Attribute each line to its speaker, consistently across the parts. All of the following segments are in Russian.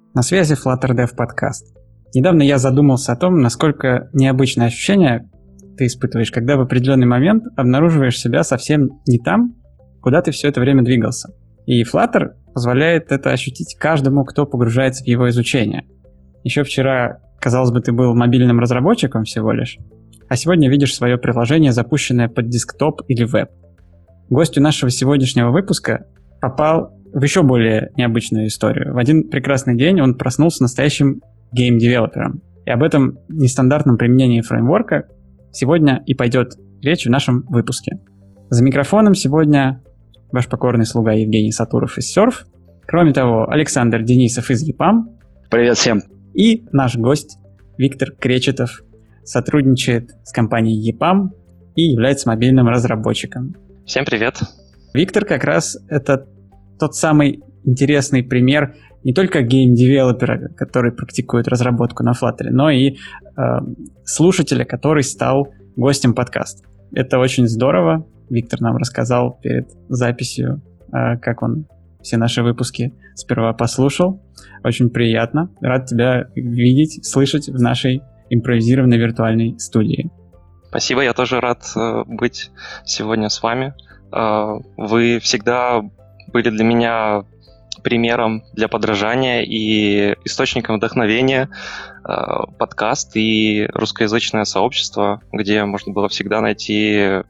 Speaker 1: На связи Flutter Dev подкаст. Недавно я задумался о том, насколько необычное ощущение ты испытываешь, когда в определенный момент обнаруживаешь себя совсем не там, куда ты все это время двигался. И Flutter позволяет это ощутить каждому, кто погружается в его изучение. Еще вчера, казалось бы, ты был мобильным разработчиком всего лишь, а сегодня видишь свое приложение, запущенное под десктоп или веб. Гостью нашего сегодняшнего выпуска попал в еще более необычную историю. В один прекрасный день он проснулся настоящим гейм-девелопером. И об этом нестандартном применении фреймворка сегодня и пойдет речь в нашем выпуске. За микрофоном сегодня ваш покорный слуга Евгений Сатуров из Surf. Кроме того, Александр Денисов из EPAM.
Speaker 2: Привет всем.
Speaker 1: И наш гость Виктор Кречетов сотрудничает с компанией EPAM и является мобильным разработчиком.
Speaker 2: Всем привет.
Speaker 1: Виктор как раз это тот самый интересный пример не только гейм-девелопера, который практикует разработку на Flutter, но и слушателя, который стал гостем подкаста. Это очень здорово. Виктор нам рассказал перед записью, как он все наши выпуски сперва послушал. Очень приятно. Рад тебя видеть, слышать в нашей импровизированной виртуальной студии.
Speaker 2: Спасибо, я тоже рад быть сегодня с вами. Вы всегда были для меня примером для подражания и источником вдохновения. Подкаст и русскоязычное сообщество, где можно было всегда найти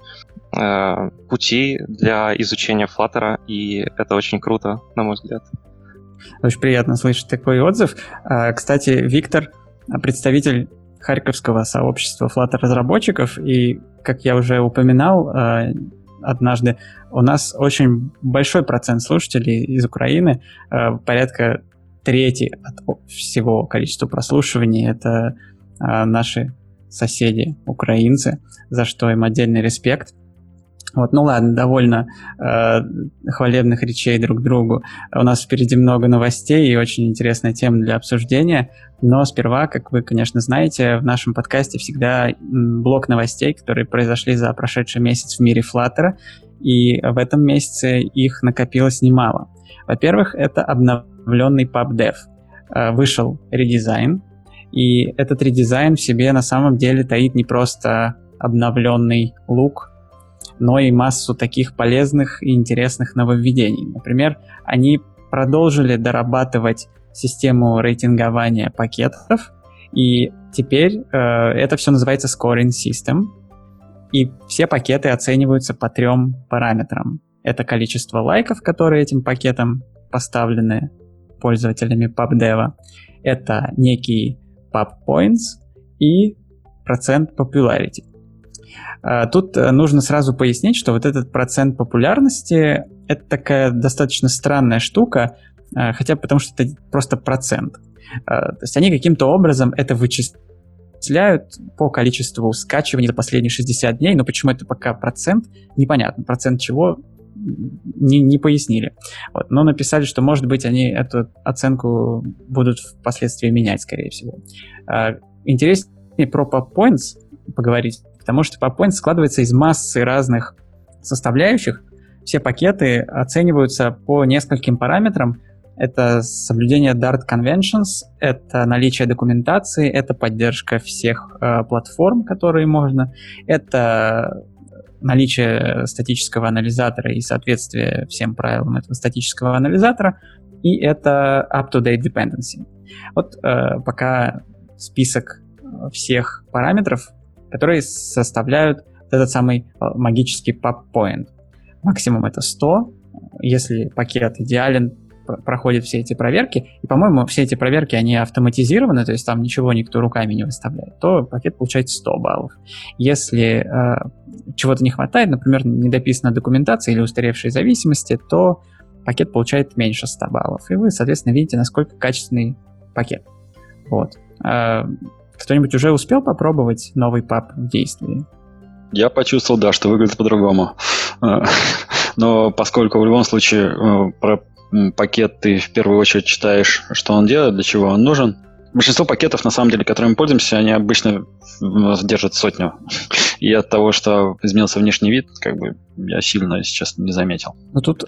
Speaker 2: пути для изучения Flutter, и это очень круто, на мой взгляд.
Speaker 1: Очень приятно слышать такой отзыв. Кстати, Виктор — представитель харьковского сообщества Flutter-разработчиков, и, как я уже упоминал однажды, у нас очень большой процент слушателей из Украины, порядка трети от всего количества прослушиваний — это наши соседи, украинцы, за что им отдельный респект. Вот, ну ладно, довольно хвалебных речей друг другу. У нас впереди много новостей и очень интересная тема для обсуждения. Но сперва, как вы, конечно, знаете, в нашем подкасте всегда блок новостей, которые произошли за прошедший месяц в мире Flutter. И в этом месяце их накопилось немало. Во-первых, это обновленный PubDev. Вышел редизайн. И этот редизайн в себе на самом деле таит не просто обновленный лук, но и массу таких полезных и интересных нововведений. Например, они продолжили дорабатывать систему рейтингования пакетов, и теперь это все называется Scoring System, и все пакеты оцениваются по 3 параметрам. Это количество лайков, которые этим пакетом поставлены пользователями PubDev, это некий Pub Points и процент popularity. Тут нужно сразу пояснить, что вот этот процент популярности — это такая достаточно странная штука, хотя бы потому, что это просто процент. То есть они каким-то образом это вычисляют по количеству скачиваний за последние 60 дней, но почему это пока процент, непонятно. Процент чего — не пояснили. Вот. Но написали, что, может быть, они эту оценку будут впоследствии менять, скорее всего. Интереснее про Pub Points поговорить, потому что Pub Points складывается из массы разных составляющих. Все пакеты оцениваются по нескольким параметрам. Это соблюдение Dart Conventions, это наличие документации, это поддержка всех платформ, которые можно, это наличие статического анализатора и соответствие всем правилам этого статического анализатора, и это up-to-date dependency. Вот пока список всех параметров, которые составляют этот самый магический Pub Point. Максимум это 100. Если пакет идеален, проходит все эти проверки, и, по-моему, все эти проверки, они автоматизированы, то есть там ничего никто руками не выставляет, то пакет получает 100 баллов. Если чего-то не хватает, например, недописана документация или устаревшие зависимости, то пакет получает меньше 100 баллов. И вы, соответственно, видите, насколько качественный пакет. Вот. Кто-нибудь уже успел попробовать новый паб в действии?
Speaker 3: Я почувствовал, да, что выглядит по-другому. Но поскольку в любом случае про пакет ты в первую очередь читаешь, что он делает, для чего он нужен. Большинство пакетов, на самом деле, которыми мы пользуемся, они обычно держат 100 И от того, что изменился внешний вид, как бы я сильно, если честно, не заметил.
Speaker 1: Но тут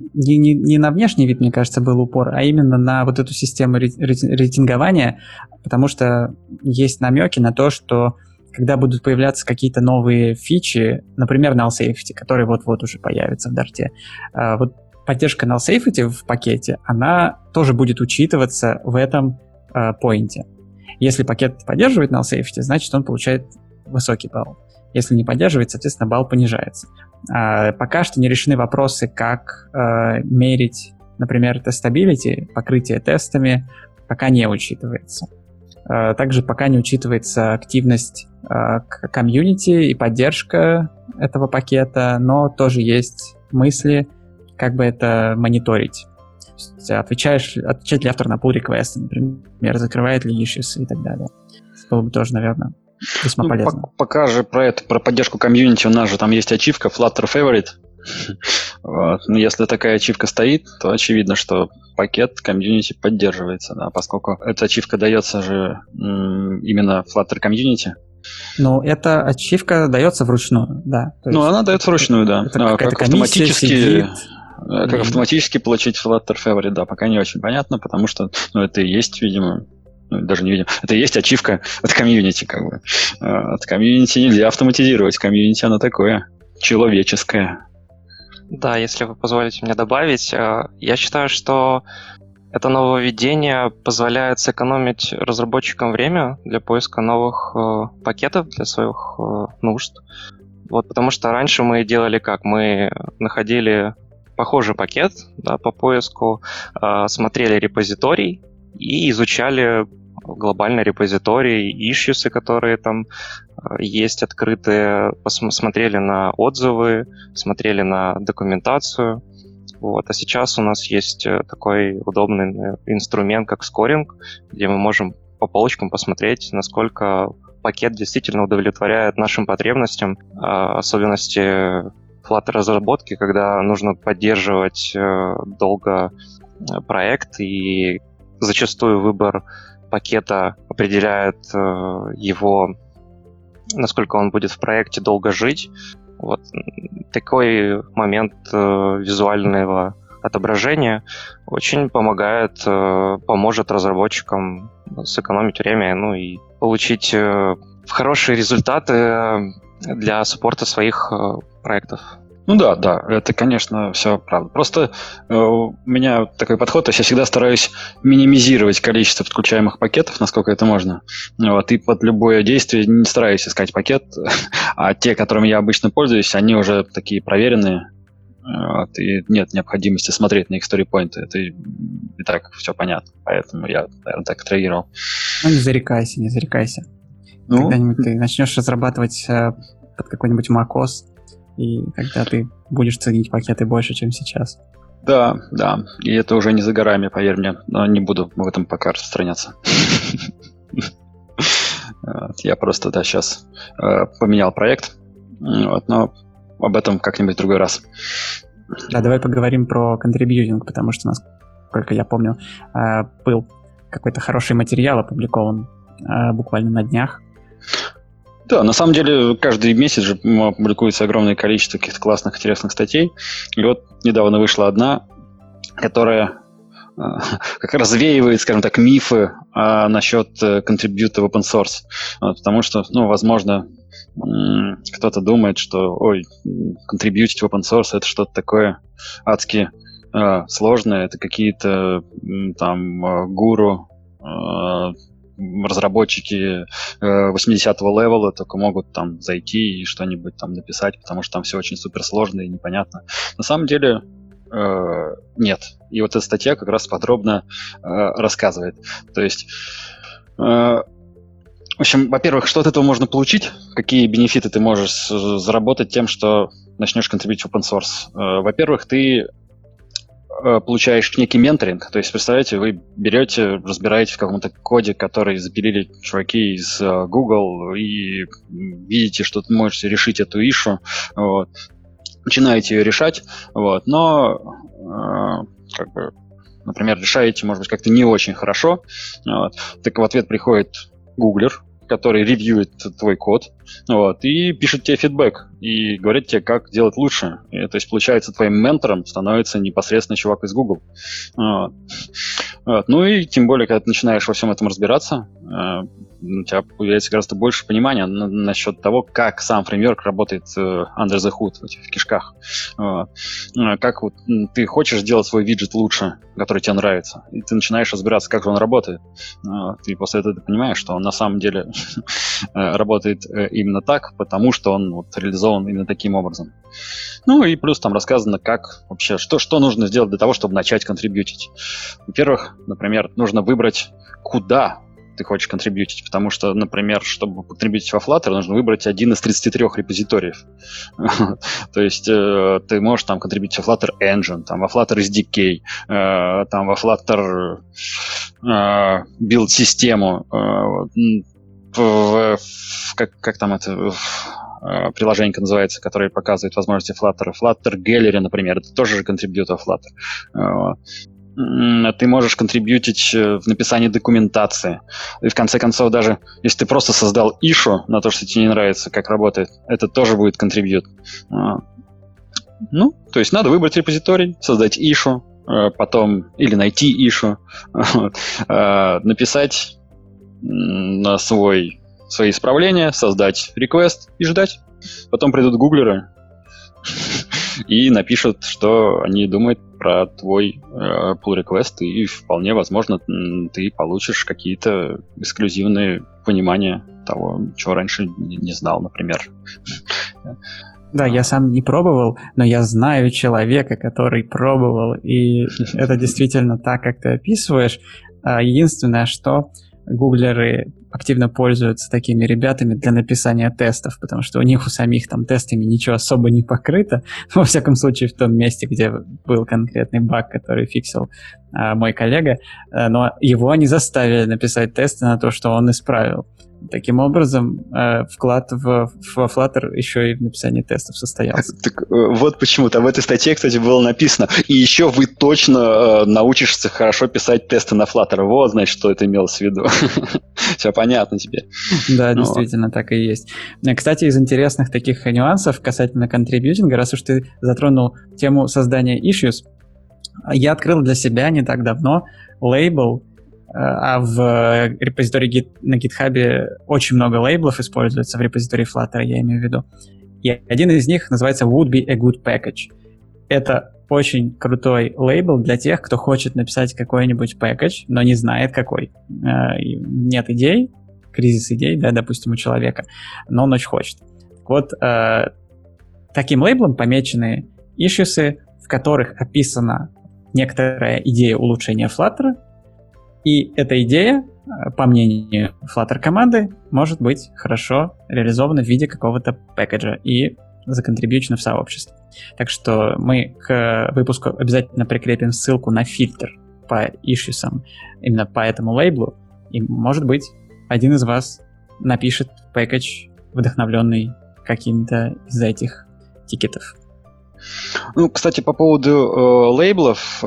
Speaker 1: не на внешний вид, мне кажется, был упор, а именно на вот эту систему рейтингования, потому что есть намеки на то, что когда будут появляться какие-то новые фичи, например, null safety, который вот-вот уже появится в Дарте, вот поддержка null safety в пакете, она тоже будет учитываться в этом поинте. Если пакет поддерживает null safety, значит, он получает высокий балл. Если не поддерживает, соответственно, балл понижается. Пока что не решены вопросы, как мерить, например, testability, покрытие тестами, пока не учитывается. Также пока не учитывается активность комьюнити и поддержка этого пакета, но тоже есть мысли, как бы это мониторить. Отвечает ли автор на pull request, например, закрывает ли issues и так далее. Это было бы тоже, наверное, весьма полезно.
Speaker 3: Пока же про поддержку комьюнити у нас же там есть ачивка Flutter Favorite. Вот. Если такая ачивка стоит, то очевидно, что пакет комьюнити поддерживается, да, поскольку эта ачивка дается же именно Flutter комьюнити.
Speaker 1: Ну, эта ачивка дается вручную, да.
Speaker 3: Она дается вручную, да.
Speaker 1: Как автоматически
Speaker 3: как автоматически получить Flutter Favorite, да, пока не очень понятно, потому что это и есть, видимо, даже не видим, это и есть ачивка от комьюнити, как бы. От комьюнити нельзя автоматизировать, комьюнити оно такое человеческое.
Speaker 2: Да, если вы позволите мне добавить, я считаю, что это нововведение позволяет сэкономить разработчикам время для поиска новых пакетов для своих нужд. Вот, потому что раньше мы делали как? Мы находили похожий пакет, да, по поиску, смотрели репозиторий и изучали глобальный репозиторий, ишьюсы, которые там есть открытые, смотрели на отзывы, смотрели на документацию. Вот. А сейчас у нас есть такой удобный инструмент, как скоринг, где мы можем по полочкам посмотреть, насколько пакет действительно удовлетворяет нашим потребностям, особенности Flutter разработки, когда нужно поддерживать долго проект, и зачастую выбор пакета определяет его, насколько он будет в проекте долго жить. Вот такой момент визуального отображения очень поможет разработчикам сэкономить время, и получить хорошие результаты для саппорта своих проектов.
Speaker 3: Да, это, конечно, все правда. Просто у меня такой подход, то есть я всегда стараюсь минимизировать количество подключаемых пакетов, насколько это можно. Вот, и под любое действие не стараюсь искать пакет, а те, которыми я обычно пользуюсь, они уже такие проверенные, вот, и нет необходимости смотреть на их сторипоинты. Это и так все понятно, поэтому я, наверное, так отреагировал.
Speaker 1: Не зарекайся. Когда-нибудь ты начнешь разрабатывать под какой-нибудь macOS, и тогда ты будешь ценить пакеты больше, чем сейчас.
Speaker 3: Да, и это уже не за горами, поверь мне, но не буду в этом пока распространяться. Я просто, сейчас поменял проект, но об этом как-нибудь в другой раз.
Speaker 1: Да, давай поговорим про контрибьютинг, потому что, насколько я помню, был какой-то хороший материал опубликован буквально на днях.
Speaker 3: Да, на самом деле каждый месяц же публикуется огромное количество каких-то классных, интересных статей. И вот недавно вышла одна, которая как развеивает, скажем так, мифы насчет контрибьюта в open source. Потому что, возможно, кто-то думает, что контрибьютить в open source это что-то такое адски сложное, это какие-то там гуру, разработчики 80-го левела только могут там зайти и что-нибудь там написать, потому что там все очень суперсложно и непонятно. На самом деле нет. И вот эта статья как раз подробно рассказывает. То есть, в общем, во-первых, что от этого можно получить? Какие бенефиты ты можешь заработать тем, что начнешь контрибьютить в open source? Во-первых, ты получаешь некий менторинг. То есть, представляете, вы берете, разбираете в каком-то коде, который запилили чуваки из Google, и видите, что ты можете решить эту ишу, вот. Начинаете ее решать, вот. Но например, решаете, может быть, как-то не очень хорошо, вот. Так в ответ приходит гуглер, который ревьюет твой код, вот, и пишет тебе фидбэк, и говорит тебе, как делать лучше. И, то есть, получается, твоим ментором становится непосредственно чувак из Google. Вот. Вот. Ну и тем более, когда ты начинаешь во всем этом разбираться, у тебя появляется гораздо больше понимания насчет того, как сам фреймворк работает under the hood, в этих кишках. Вот. Как вот ты хочешь сделать свой виджет лучше, который тебе нравится, и ты начинаешь разбираться, как же он работает. Вот. И после этого ты понимаешь, что он на самом деле работает именно так, потому что он вот реализован именно таким образом. Ну и плюс там рассказано, как вообще, что нужно сделать для того, чтобы начать контрибьютить. Во-первых, например, нужно выбрать, куда ты хочешь контрибьютить, потому что, например, чтобы контрибьютить во Flutter, нужно выбрать один из 33 репозиториев. То есть ты можешь там контрибьютить во Flutter Engine, там, во Flutter SDK, там, во Flutter build-систему, как там это приложение называется, которое показывает возможности Flutter. Flutter Gallery, например, это тоже же контрибьют во Flutter. Ты можешь контрибьютить в написании документации. И в конце концов, даже если ты просто создал issue на то, что тебе не нравится, как работает, это тоже будет контрибьют. Ну, то есть надо выбрать репозиторий, создать issue, потом или найти issue, написать на свои исправления, создать request и ждать. Потом придут гуглеры и напишут, что они думают про твой pull request, и вполне возможно ты получишь какие-то эксклюзивные понимания того, чего раньше не знал, например.
Speaker 1: Да, я сам не пробовал, но я знаю человека, который пробовал, и это действительно так, как ты описываешь. Единственное, что гуглеры активно пользуются такими ребятами для написания тестов, потому что у них у самих там тестами ничего особо не покрыто, во всяком случае в том месте, где был конкретный баг, который фиксил мой коллега, но его они заставили написать тесты на то, что он исправил. Таким образом, вклад во Flutter еще и в написании тестов состоялся.
Speaker 3: Так, вот почему там в этой статье, кстати, было написано. И еще вы точно научишься хорошо писать тесты на Flutter. Вот, значит, что это имелось в виду. Все понятно теперь.
Speaker 1: Да, действительно, так и есть. Кстати, из интересных таких нюансов касательно контрибьютинга, раз уж ты затронул тему создания issues, я открыл для себя не так давно лейбл, а в репозитории на GitHub очень много лейблов используется в репозитории Flutter, я имею в виду. И один из них называется Would be a good package. Это очень крутой лейбл для тех, кто хочет написать какой-нибудь package, но не знает какой. Нет идей, кризис идей, да, допустим, у человека, но он очень хочет. Вот таким лейблом помечены issues, в которых описана некоторая идея улучшения Flutter, и эта идея, по мнению Flutter команды, может быть хорошо реализована в виде какого-то пэкэджа и законтрибьючена в сообщество. Так что мы к выпуску обязательно прикрепим ссылку на фильтр по issues, именно по этому лейблу, и, может быть, один из вас напишет пэкэдж, вдохновленный каким-то из этих тикетов.
Speaker 3: Ну, кстати, по поводу лейблов,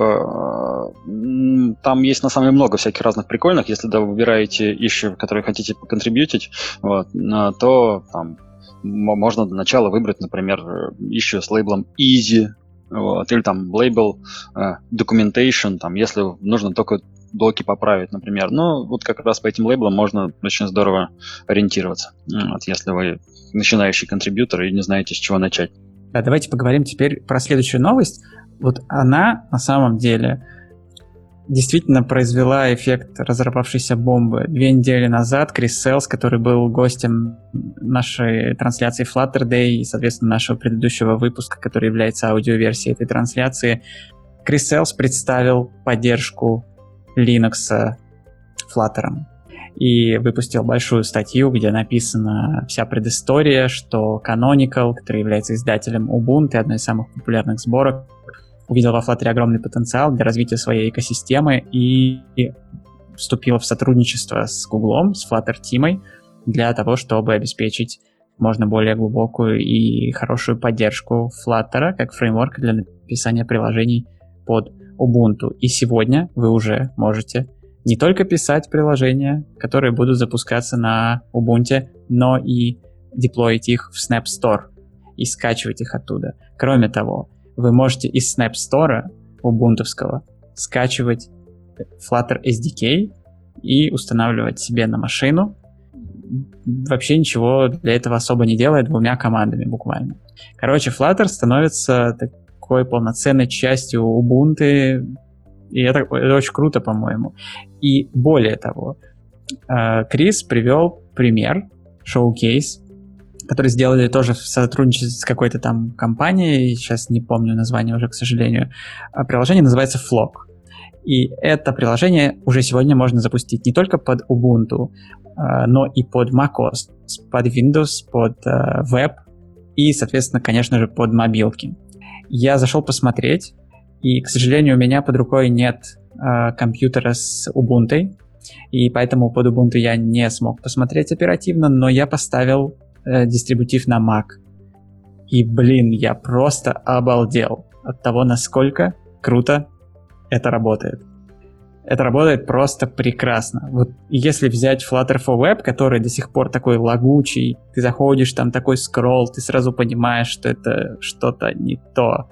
Speaker 3: там есть на самом деле много всяких разных прикольных. Если вы выбираете issue, которые хотите поконтрибьютить, вот, то там можно для начала выбрать, например, issue с лейблом easy, вот, или там лейбл documentation, там, если нужно только блоки поправить, например. Ну, вот как раз по этим лейблам можно очень здорово ориентироваться, вот, если вы начинающий контрибьютор и не знаете, с чего начать.
Speaker 1: Да, давайте поговорим теперь про следующую новость. Вот она на самом деле действительно произвела эффект разорвавшейся бомбы. 2 недели назад Крис Селс, который был гостем нашей трансляции Flutter Day и, соответственно, нашего предыдущего выпуска, который является аудиоверсией этой трансляции, Крис Селс представил поддержку Linux Flutter и выпустил большую статью, где написана вся предыстория, что Canonical, который является издателем Ubuntu, одной из самых популярных сборок, увидел во Flutter огромный потенциал для развития своей экосистемы и вступил в сотрудничество с Google, с Flutter Team для того, чтобы обеспечить можно более глубокую и хорошую поддержку Flutter как фреймворка для написания приложений под Ubuntu. И сегодня вы уже можете не только писать приложения, которые будут запускаться на Ubuntu, но и деплоить их в Snap Store и скачивать их оттуда. Кроме того, вы можете из Snap Store убунтовского скачивать Flutter SDK и устанавливать себе на машину. Вообще ничего для этого особо не делает, 2 командами буквально. Короче, Flutter становится такой полноценной частью Ubuntu, и это очень круто, по-моему. И более того, Крис привел пример, шоу-кейс, который сделали тоже в сотрудничестве с какой-то там компанией, сейчас не помню название уже, к сожалению. Приложение называется Flock. И это приложение уже сегодня можно запустить не только под Ubuntu, но и под macOS, под Windows, под Web и, соответственно, конечно же, под мобилки. Я зашел посмотреть, и, к сожалению, у меня под рукой нет компьютера с Ubuntu, и поэтому под Ubuntu я не смог посмотреть оперативно, но я поставил дистрибутив на Mac. И, я просто обалдел от того, насколько круто это работает. Это работает просто прекрасно. Вот если взять Flutter for Web, который до сих пор такой лагучий, ты заходишь, там такой скролл, ты сразу понимаешь, что это что-то не то.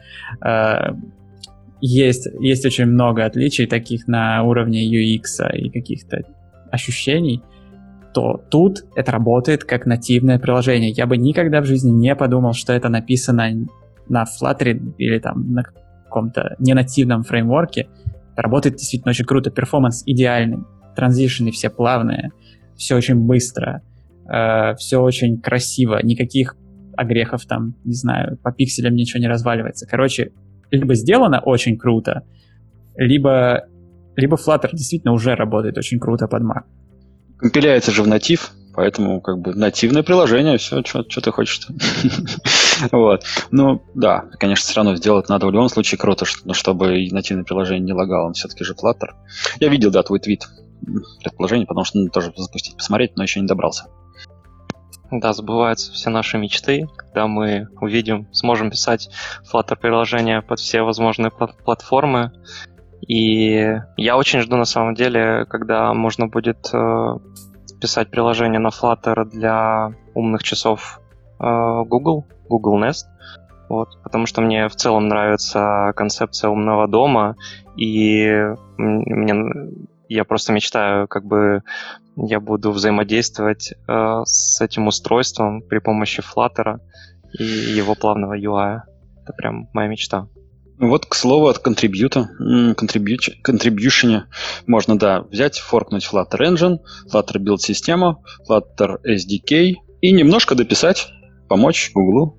Speaker 1: Есть очень много отличий таких на уровне UX и каких-то ощущений, то тут это работает как нативное приложение. Я бы никогда в жизни не подумал, что это написано на Flutter или там на каком-то ненативном фреймворке. Это работает действительно очень круто. Перформанс идеальный, транзишены все плавные, все очень быстро, все очень красиво, никаких огрехов там, не знаю, по пикселям ничего не разваливается. Короче, либо сделано очень круто, либо Flutter действительно уже работает очень круто под Mac.
Speaker 3: Компиляется же в натив, поэтому как бы нативное приложение, все, что ты хочешь-то. Вот. Ну, да, конечно, все равно сделать надо в любом случае круто, чтобы нативное приложение не лагало, он все-таки же Flutter. Я видел, да, твой твит предположение, потому что надо тоже запустить, посмотреть, но еще не добрался.
Speaker 2: Да, забываются все наши мечты, когда мы сможем писать Flutter-приложения под все возможные платформы. И я очень жду, на самом деле, когда можно будет писать приложение на Flutter для умных часов Google Nest. Вот, потому что мне в целом нравится концепция умного дома, и я просто мечтаю, как бы я буду взаимодействовать с этим устройством при помощи Flutter и его плавного UI. Это прям моя мечта.
Speaker 3: Вот, к слову, от contribution можно, да, взять, форкнуть Flutter Engine, Flutter Build систему, Flutter SDK и немножко дописать, помочь Google.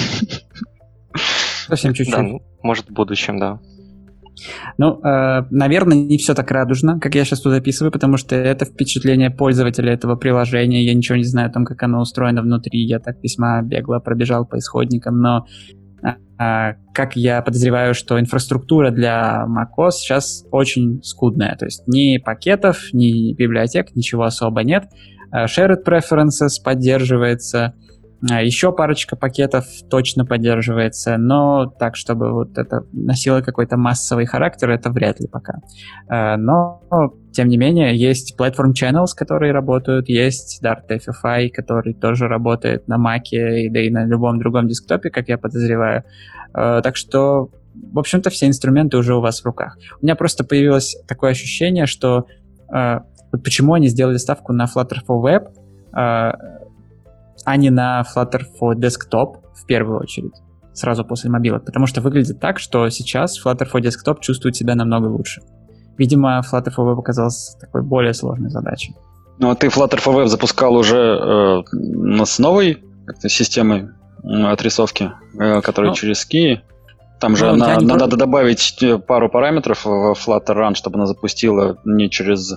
Speaker 1: Совсем чуть-чуть.
Speaker 2: Да, может, в будущем, да.
Speaker 1: Ну, наверное, не все так радужно, как я сейчас тут описываю, потому что это впечатление пользователя этого приложения. Я ничего не знаю о том, как оно устроено внутри. Я так весьма бегло пробежал по исходникам, но как я подозреваю, что инфраструктура для macOS сейчас очень скудная. То есть ни пакетов, ни библиотек, ничего особо нет. Shared Preferences поддерживается, еще парочка пакетов точно поддерживается, но так, чтобы вот это носило какой-то массовый характер, это вряд ли пока. Но, тем не менее, есть Platform Channels, которые работают, есть Dart FFI, который тоже работает на Mac, да и на любом другом десктопе, как я подозреваю. Так что, в общем-то, все инструменты уже у вас в руках. У меня просто появилось такое ощущение, что вот почему они сделали ставку на Flutter for Web, а не на Flutter for Desktop в первую очередь, сразу после мобилок, потому что выглядит так, что сейчас Flutter for Desktop чувствует себя намного лучше. Видимо, Flutter for Web оказалась такой более сложной задачей.
Speaker 3: Ну, а ты Flutter for Web запускал уже с новой системой отрисовки, которая через Ski? Там же надо добавить пару параметров в Flutter Run, чтобы она запустила не через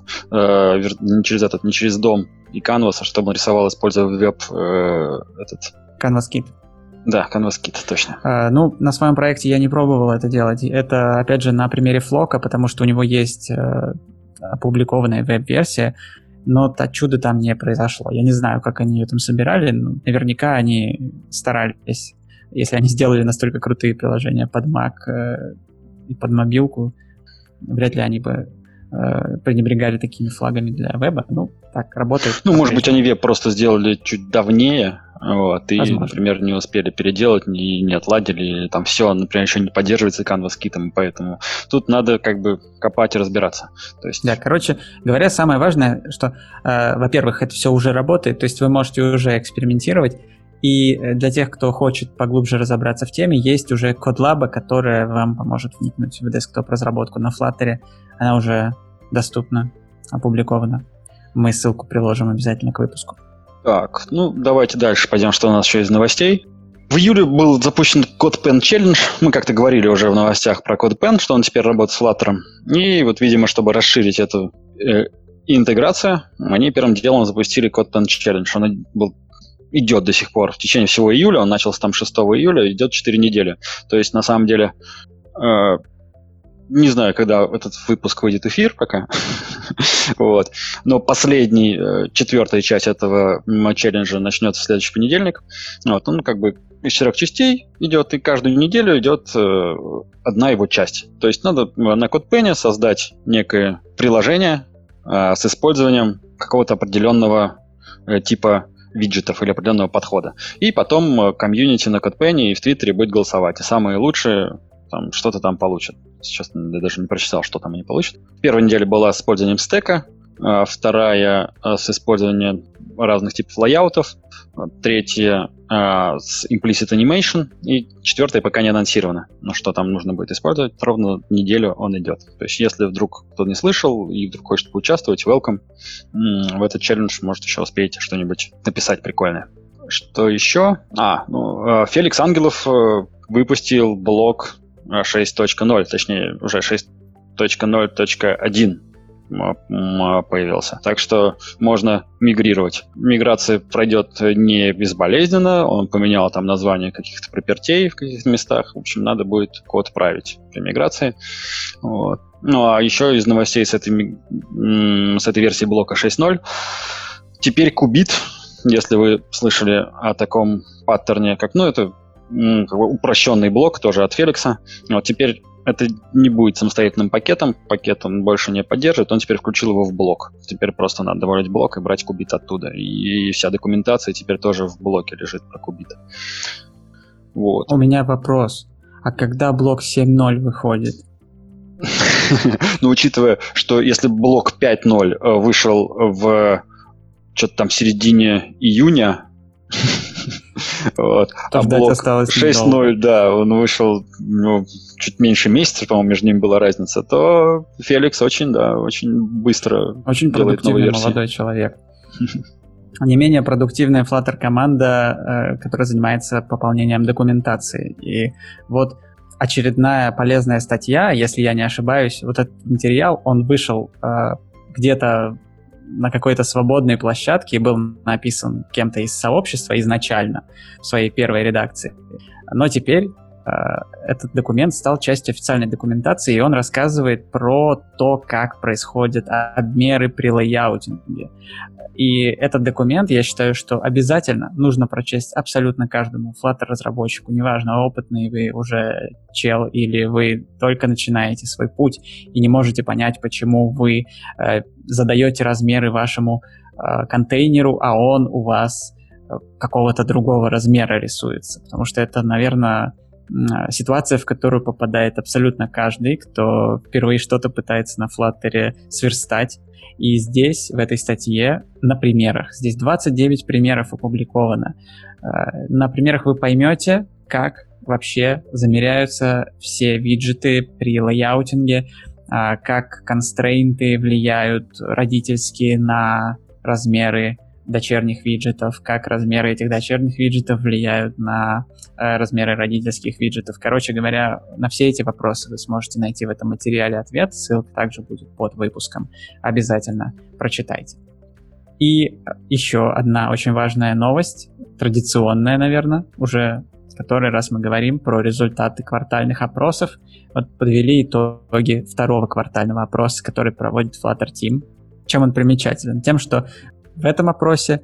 Speaker 3: DOM и Canvas, а чтобы нарисовал, используя веб
Speaker 1: CanvasKit.
Speaker 3: Да, CanvasKit, точно.
Speaker 1: Ну, на своем проекте я не пробовал это делать. Это, опять же, на примере Flock, потому что у него есть опубликованная веб-версия, но чудо там не произошло. Я не знаю, как они ее там собирали, но наверняка они старались. Если они сделали настолько крутые приложения под Mac и под мобилку, вряд ли они бы пренебрегали такими флагами для веба. Ну, так, работает.
Speaker 3: Ну, может быть, они веб просто сделали чуть давнее, вот, и,
Speaker 1: Возможно.
Speaker 3: например, не успели переделать, не отладили, или там все, например, еще не поддерживается Canvas китом, поэтому тут надо как бы копать и разбираться. То есть...
Speaker 1: Да, короче говоря, самое важное, что, во-первых, это все уже работает, то есть вы можете уже экспериментировать, и для тех, кто хочет поглубже разобраться в теме, есть уже CodeLab, которая вам поможет вникнуть в десктоп-разработку на Flutter. Она уже доступна, опубликована. Мы ссылку приложим обязательно к выпуску.
Speaker 3: Так, ну давайте дальше пойдем, что у нас еще из новостей. В июле был запущен CodePen Challenge. Мы как-то говорили уже в новостях про CodePen, что он теперь работает с Flutter. И вот, видимо, чтобы расширить эту интеграцию, они первым делом запустили CodePen Challenge. Он идет до сих пор в течение всего июля. Он начался там 6 июля, идет 4 недели. То есть, на самом деле, не знаю, когда этот выпуск выйдет в эфир пока. Вот. Но четвертая часть этого челленджа начнется в следующий понедельник. Вот. Он как бы из 4 частей идет, и каждую неделю идет одна его часть. То есть надо на CodePen создать некое приложение с использованием какого-то определенного типа виджетов или определенного подхода. И потом комьюнити на CodePen и в Твиттере будет голосовать. И самые лучшие там что-то там получат. Сейчас я даже не прочитал, что там они получат. Первая неделя была с использованием стека, вторая с использованием разных типов лайаутов, третья с implicit animation, и четвертая пока не анонсирована. Но что там нужно будет использовать, ровно неделю он идет. То есть если вдруг кто не слышал и вдруг хочет поучаствовать, welcome. В этот челлендж, может, еще успеете что-нибудь написать прикольное. Что еще? Феликс Ангелов выпустил блог 6.0, точнее, уже 6.0.1 появился. Так что можно мигрировать. Миграция пройдет не безболезненно. Он поменял там название каких-то пропертей в каких-то местах. В общем, надо будет код править при миграции. Вот. Ну, а еще из новостей с этой версии блока 6.0. Теперь кубит, если вы слышали о таком паттерне, это как бы упрощенный блок тоже от Феликса. Вот теперь это не будет самостоятельным пакетом. Пакет он больше не поддерживает. Он теперь включил его в блок. Теперь просто надо добавлять блок и брать кубит оттуда. И вся документация теперь тоже в блоке лежит про кубита. Вот.
Speaker 1: У меня вопрос. А когда блок 7.0 выходит?
Speaker 3: Ну, учитывая, что если блок 5.0 вышел в что-то там в середине июня, вот. А блок 6.0, да, он вышел чуть меньше месяца, по-моему, между ними была разница, то Феликс очень быстро
Speaker 1: очень
Speaker 3: делает новые версии.
Speaker 1: Молодой человек. Не менее продуктивная Flutter команда, которая занимается пополнением документации. И вот очередная полезная статья, если я не ошибаюсь, вот этот материал, он вышел где-то на какой-то свободной площадке и был написан кем-то из сообщества изначально в своей первой редакции. Но теперь этот документ стал частью официальной документации, и он рассказывает про то, как происходят обмеры при лейаутинге. И этот документ, я считаю, что обязательно нужно прочесть абсолютно каждому Flutter-разработчику, неважно, опытный вы уже чел или вы только начинаете свой путь и не можете понять, почему вы задаете размеры вашему контейнеру, а он у вас какого-то другого размера рисуется. Потому что это, наверное, ситуация, в которую попадает абсолютно каждый, кто впервые что-то пытается на Flutter сверстать. И здесь, в этой статье, на примерах, здесь 29 примеров опубликовано. На примерах вы поймете, как вообще замеряются все виджеты при лейаутинге, как констрейнты влияют родительские на размеры дочерних виджетов, как размеры этих дочерних виджетов влияют на размеры родительских виджетов. Короче говоря, на все эти вопросы вы сможете найти в этом материале ответ. Ссылка также будет под выпуском. Обязательно прочитайте. И еще одна очень важная новость, традиционная, наверное, уже в который раз мы говорим про результаты квартальных опросов. Вот подвели итоги второго квартального опроса, который проводит Flutter Team. Чем он примечателен? Тем, что в этом опросе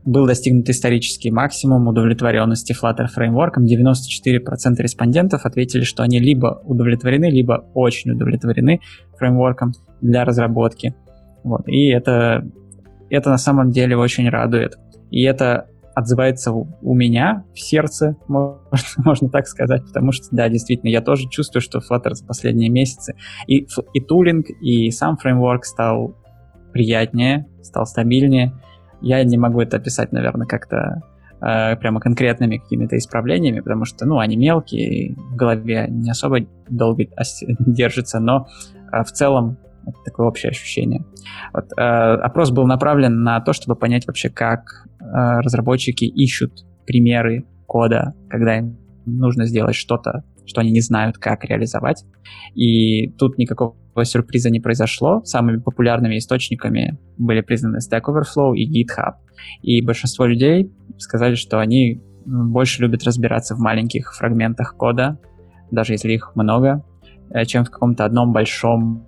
Speaker 1: был достигнут исторический максимум удовлетворенности Flutter фреймворком. 94% респондентов ответили, что они либо удовлетворены, либо очень удовлетворены фреймворком для разработки. Вот. И это на самом деле очень радует. И это отзывается у меня в сердце, можно так сказать, потому что, да, действительно, я тоже чувствую, что Flutter за последние месяцы и тулинг, и сам фреймворк стал приятнее, стал стабильнее. Я не могу это описать, наверное, как-то прямо конкретными какими-то исправлениями, потому что, они мелкие, в голове не особо долго держатся, но в целом это такое общее ощущение. Вот, опрос был направлен на то, чтобы понять вообще, как разработчики ищут примеры кода, когда им нужно сделать что-то, что они не знают, как реализовать. И тут никакого сюрприза не произошло. Самыми популярными источниками были признаны Stack Overflow и GitHub. И большинство людей сказали, что они больше любят разбираться в маленьких фрагментах кода, даже если их много, чем в каком-то одном большом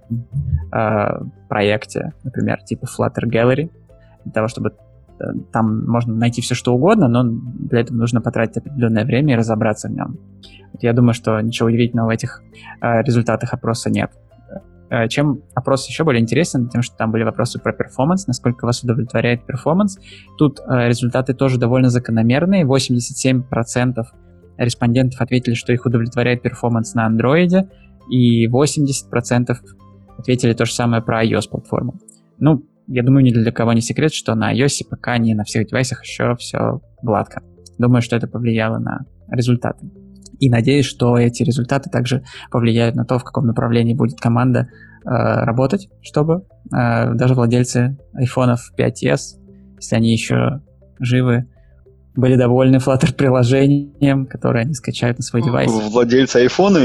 Speaker 1: проекте, например, типа Flutter Gallery, для того, чтобы там можно найти все, что угодно, но для этого нужно потратить определенное время и разобраться в нем. Я думаю, что ничего удивительного в этих результатах опроса нет. Чем опрос еще более интересен, тем, что там были вопросы про перформанс, насколько вас удовлетворяет перформанс. Тут результаты тоже довольно закономерные. 87% респондентов ответили, что их удовлетворяет перформанс на Android, и 80% ответили то же самое про iOS-платформу. Я думаю, ни для кого не секрет, что на iOS пока не на всех девайсах еще все гладко. Думаю, что это повлияло на результаты. И надеюсь, что эти результаты также повлияют на то, в каком направлении будет команда работать, чтобы даже владельцы iPhone 5s, если они еще живы, были довольны Flutter-приложением, которое они скачают на свой девайс.
Speaker 3: Владельцы айфона,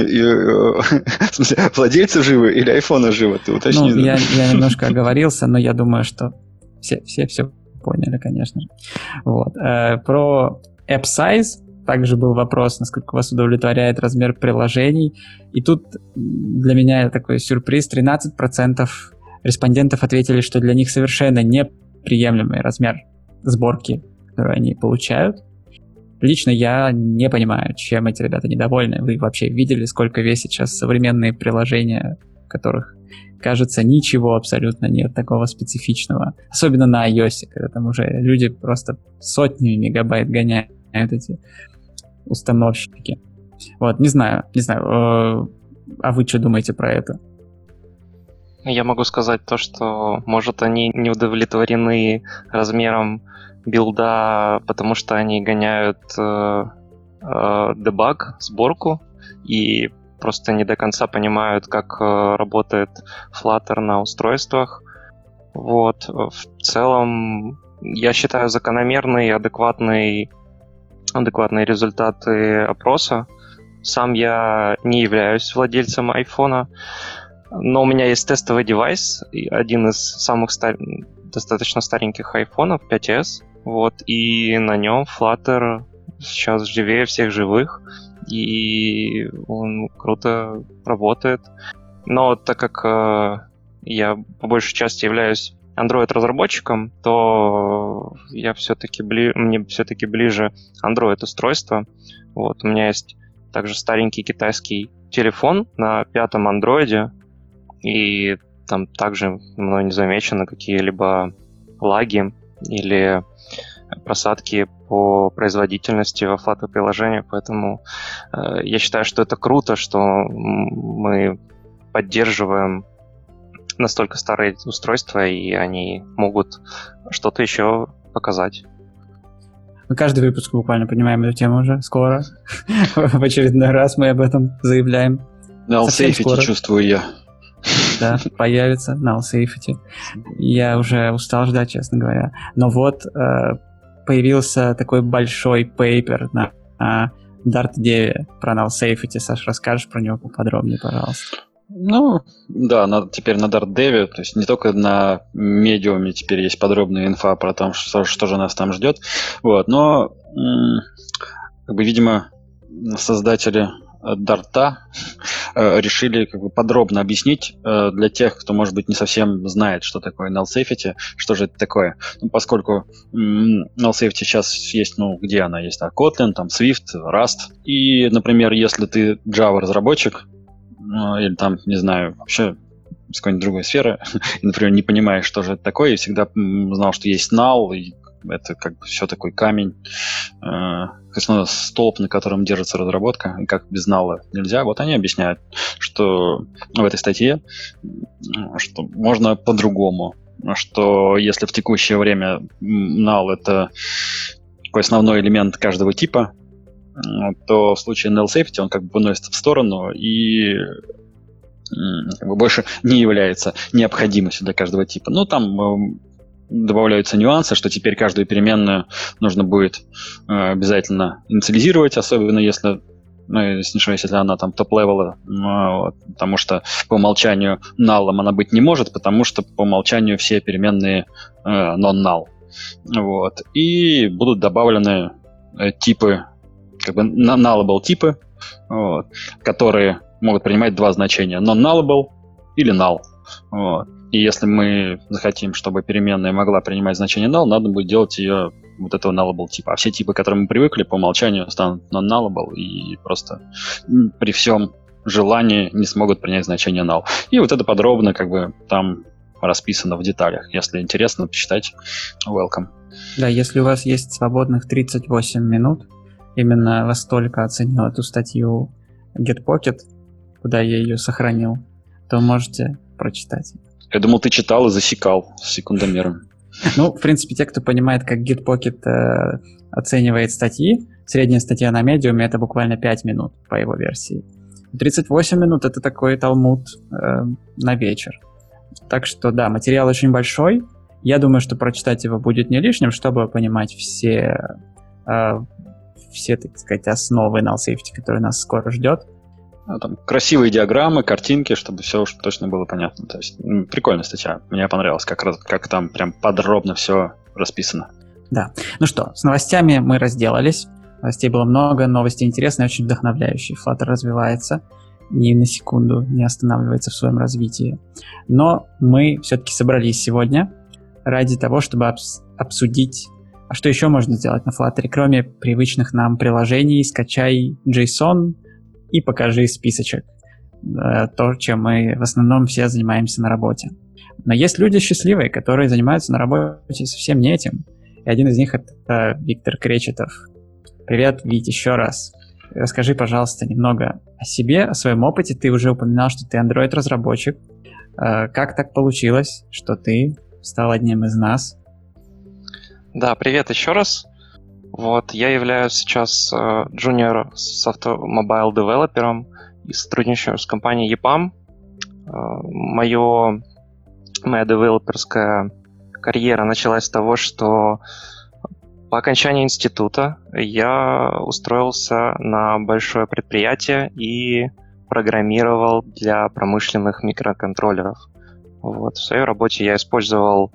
Speaker 3: в смысле, владельцы живы или айфона живы? Ты уточни.
Speaker 1: Я немножко оговорился, но я думаю, что все поняли, конечно же. Вот. Про app size также был вопрос, насколько вас удовлетворяет размер приложений. И тут для меня такой сюрприз. 13% респондентов ответили, что для них совершенно неприемлемый размер сборки, которые они получают. Лично я не понимаю, чем эти ребята недовольны. Вы вообще видели, сколько весит сейчас современные приложения, в которых, кажется, ничего абсолютно нет такого специфичного. Особенно на iOS, когда там уже люди просто сотнями мегабайт гоняют эти установщики. Вот, не знаю. А вы что думаете про это?
Speaker 2: Я могу сказать то, что, может, они не удовлетворены размером билда, потому что они гоняют дебаг, сборку, и просто не до конца понимают, как работает Flutter на устройствах. Вот. В целом, я считаю, закономерные и адекватные результаты опроса. Сам я не являюсь владельцем айфона, но у меня есть тестовый девайс, один из самых достаточно стареньких айфонов, 5s. Вот, и на нем Flutter сейчас живее всех живых, и он круто работает. Но так как я по большей части являюсь Android-разработчиком, то мне все-таки ближе Android-устройство. Вот, у меня есть также старенький китайский телефон на 5-м Android, и там также мной не замечены какие-либо лаги или просадки по производительности во Flutter-приложениях, поэтому я считаю, что это круто, что мы поддерживаем настолько старые устройства, и они могут что-то еще показать.
Speaker 1: Мы каждый выпуск буквально поднимаем эту тему уже скоро. В очередной раз мы об этом заявляем.
Speaker 3: На Allsafety чувствую я.
Speaker 1: Да, появится на Allsafety. Я уже устал ждать, честно говоря. Но вот появился такой большой пейпер на Dart 9 про Allsafety. Саш, расскажешь про него поподробнее, пожалуйста?
Speaker 3: Да, теперь на Dart Dev, то есть не только на Medium теперь есть подробная инфа про то, что же нас там ждет. Вот, но, видимо, создатели Дарта решили как бы подробно объяснить для тех, кто, может быть, не совсем знает, что такое null safety, что же это такое. Ну, поскольку null safety сейчас есть, где она есть? Kotlin, там Swift, Rust. И, например, если ты Java-разработчик, или там, не знаю, вообще из какой-нибудь другой сферы, и, например, не понимаешь, что же это такое, и всегда знал, что есть null, и это как бы все такой камень, столб, на котором держится разработка, и как без null нельзя. Вот они объясняют, что в этой статье, что можно по-другому, что если в текущее время null — это такой основной элемент каждого типа, то в случае null safety он как бы выносится в сторону и как бы больше не является необходимостью для каждого типа. Ну, там добавляются нюансы, что теперь каждую переменную нужно будет обязательно инициализировать, особенно если, если она там топ-левела, потому что по умолчанию наллом она быть не может, потому что по умолчанию все переменные non-null. Вот. И будут добавлены типы, как бы nullable типы, вот, которые могут принимать два значения: non-nullable или null. Вот. И если мы захотим, чтобы переменная могла принимать значение null, надо будет делать ее вот этого nullable типа. А все типы, к которым мы привыкли, по умолчанию станут non-nullable и просто при всем желании не смогут принять значение null. И вот это подробно как бы там расписано в деталях. Если интересно, почитайте. Welcome.
Speaker 1: Да, если у вас есть свободных 38 минут, именно вас столько оценил эту статью Gitpocket, куда я ее сохранил, то можете прочитать.
Speaker 3: Я думал, ты читал и засекал с секундомером.
Speaker 1: Ну, в принципе, те, кто понимает, как Gitpocket оценивает статьи, средняя статья на Medium — это буквально 5 минут по его версии. 38 минут — это такой талмуд на вечер. Так что, да, материал очень большой. Я думаю, что прочитать его будет не лишним, чтобы понимать все, так сказать, основы null safety, которые нас скоро ждет.
Speaker 3: Там красивые диаграммы, картинки, чтобы все уж точно было понятно. То есть прикольная статья. Мне понравилось, как там прям подробно все расписано.
Speaker 1: Да. Ну что, с новостями мы разделались. Новостей было много, новости интересные, очень вдохновляющие. Flutter развивается, ни на секунду не останавливается в своем развитии. Но мы все-таки собрались сегодня ради того, чтобы обсудить, а что еще можно сделать на Flutter, кроме привычных нам приложений. Скачай JSON и покажи списочек. То, чем мы в основном все занимаемся на работе. Но есть люди счастливые, которые занимаются на работе совсем не этим. И один из них — это Виктор Кречетов. Привет, Вить, еще раз. Расскажи, пожалуйста, немного о себе, о своем опыте. Ты уже упоминал, что ты Android-разработчик. Как так получилось, что ты стал одним из нас?
Speaker 2: Да, привет еще раз. Вот, я являюсь сейчас junior mobile девелопером и сотрудничаю с компанией EPAM. Моя девелоперская карьера началась с того, что по окончании института я устроился на большое предприятие и программировал для промышленных микроконтроллеров. Вот, в своей работе я использовал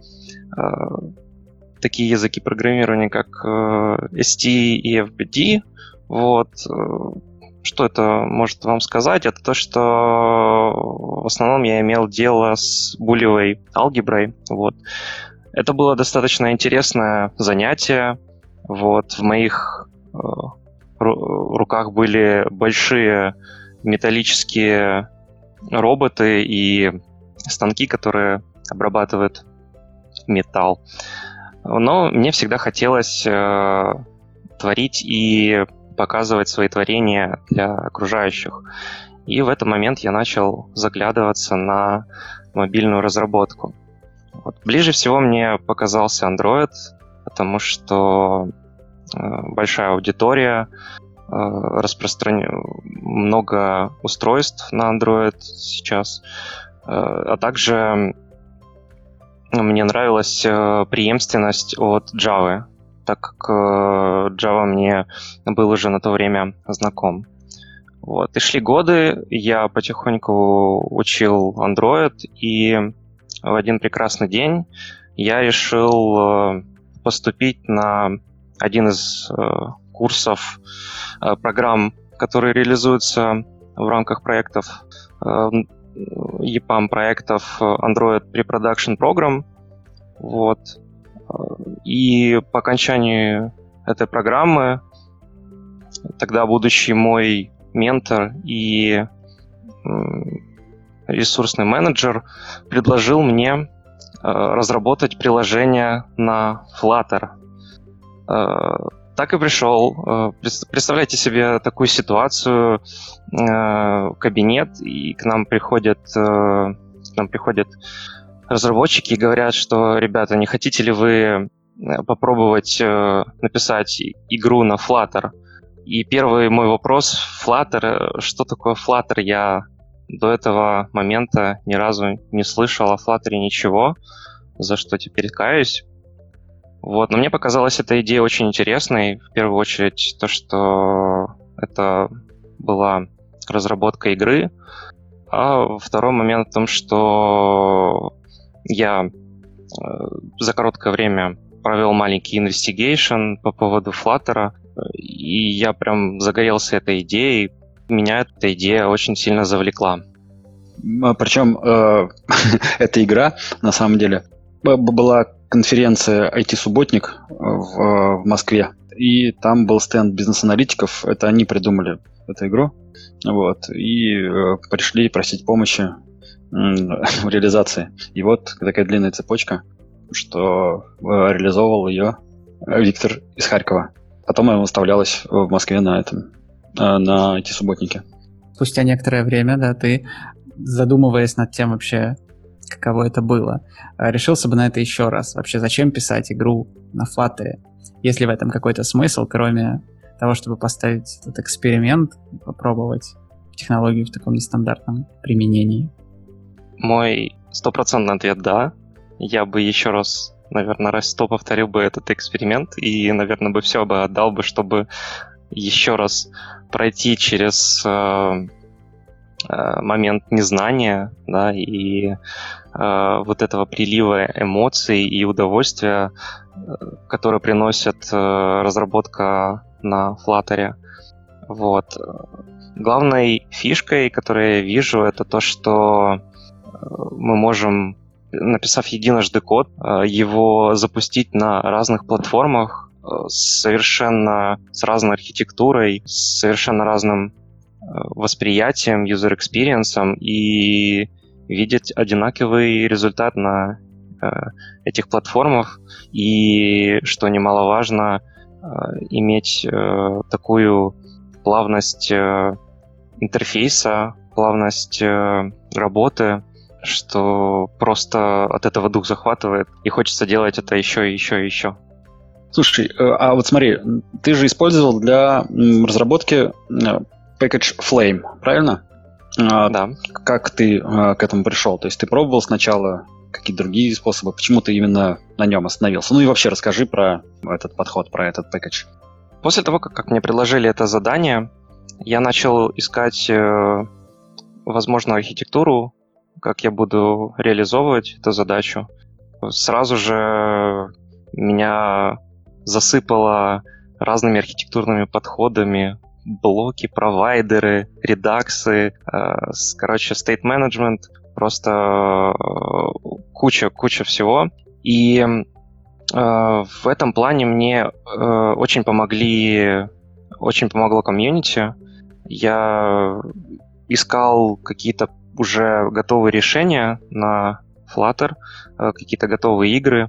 Speaker 2: такие языки программирования, как ST и FBD. Вот. Что это может вам сказать? Это то, что в основном я имел дело с булевой алгеброй. Вот. Это было достаточно интересное занятие. Вот. В моих руках были большие металлические роботы и станки, которые обрабатывают металл. Но мне всегда хотелось творить и показывать свои творения для окружающих. И в этот момент я начал заглядываться на мобильную разработку. Вот. Ближе всего мне показался Android, потому что большая аудитория, много устройств на Android сейчас, а также мне нравилась преемственность от Java, так как Java мне был уже на то время знаком. Вот. И шли годы, я потихоньку учил Android, и в один прекрасный день я решил поступить на один из курсов программ которые реализуются в рамках проектов EPAM проектов Android Pre-Production Program. Вот. И по окончании этой программы тогда будущий мой ментор и ресурсный менеджер предложил мне разработать приложение на Flutter. Так и пришел. Представляете себе такую ситуацию, кабинет, и к нам приходят разработчики и говорят, что, ребята, не хотите ли вы попробовать написать игру на Flutter? И первый мой вопрос: Flutter, что такое Flutter? Я до этого момента ни разу не слышал о Flutter ничего, за что теперь каюсь. Вот. Но мне показалась эта идея очень интересной. В первую очередь то, что это была разработка игры, а второй момент в том, что я за короткое время провел маленький инвестигейшн по поводу Flutter, и я прям загорелся этой идеей. Меня эта идея очень сильно завлекла.
Speaker 3: Причем эта игра, на самом деле, была конференция IT-субботник в Москве, и там был стенд бизнес-аналитиков. Это они придумали эту игру. Вот, и пришли просить помощи в реализации. И вот такая длинная цепочка, что реализовывал ее Виктор из Харькова. Потом она выставлялась в Москве на эти субботники.
Speaker 1: Спустя некоторое время, да, ты, задумываясь над тем вообще, каково это было, решился бы на это еще раз. Вообще, зачем писать игру на Flutter? Есть ли в этом какой-то смысл, кроме того, чтобы поставить этот эксперимент и попробовать технологию в таком нестандартном применении?
Speaker 2: Мой стопроцентный ответ — да. Я бы еще раз, наверное, раз 100 повторил бы этот эксперимент и, наверное, бы все бы отдал бы, чтобы еще раз пройти через момент незнания, да, и вот этого прилива эмоций и удовольствия, которое приносит разработка на Flutter. Вот. Главной фишкой, которую я вижу, это то, что мы можем, написав единожды код, его запустить на разных платформах совершенно с разной архитектурой, с совершенно разным восприятием, user-экспириенсом, и видеть одинаковый результат на этих платформах. И, что немаловажно, иметь такую плавность интерфейса, плавность работы, что просто от этого дух захватывает, и хочется делать это еще и еще и еще.
Speaker 3: Слушай, а вот смотри, ты же использовал для разработки package Flame, правильно?
Speaker 2: Да.
Speaker 3: Как ты к этому пришел? То есть ты пробовал сначала какие-то другие способы? Почему ты именно на нем остановился? Ну и вообще расскажи про этот подход, про этот package.
Speaker 2: После того, как мне предложили это задание, я начал искать возможную архитектуру, как я буду реализовывать эту задачу. Сразу же меня засыпало разными архитектурными подходами, блоки, провайдеры, редаксы, короче, state management, просто куча всего. И в этом плане мне очень помогло комьюнити. Я искал какие-то уже готовые решения на Flutter, какие-то готовые игры,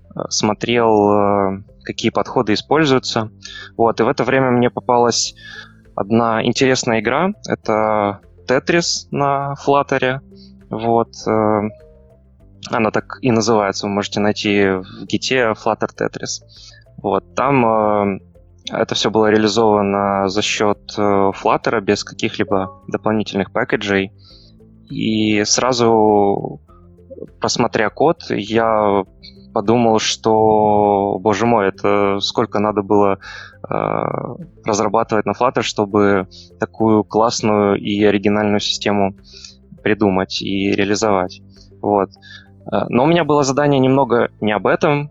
Speaker 2: смотрел, какие подходы используются. Вот, и в это время мне попалась одна интересная игра. Это Tetris на Flutter. Вот. Она так и называется. Вы можете найти в гите Flutter Tetris. Вот. Там это все было реализовано за счет Flutter, без каких-либо дополнительных пэкэджей. И сразу, просмотря код, я подумал, что, боже мой, это сколько надо было разрабатывать на Flutter, чтобы такую классную и оригинальную систему придумать и реализовать. Вот. Но у меня было задание немного не об этом.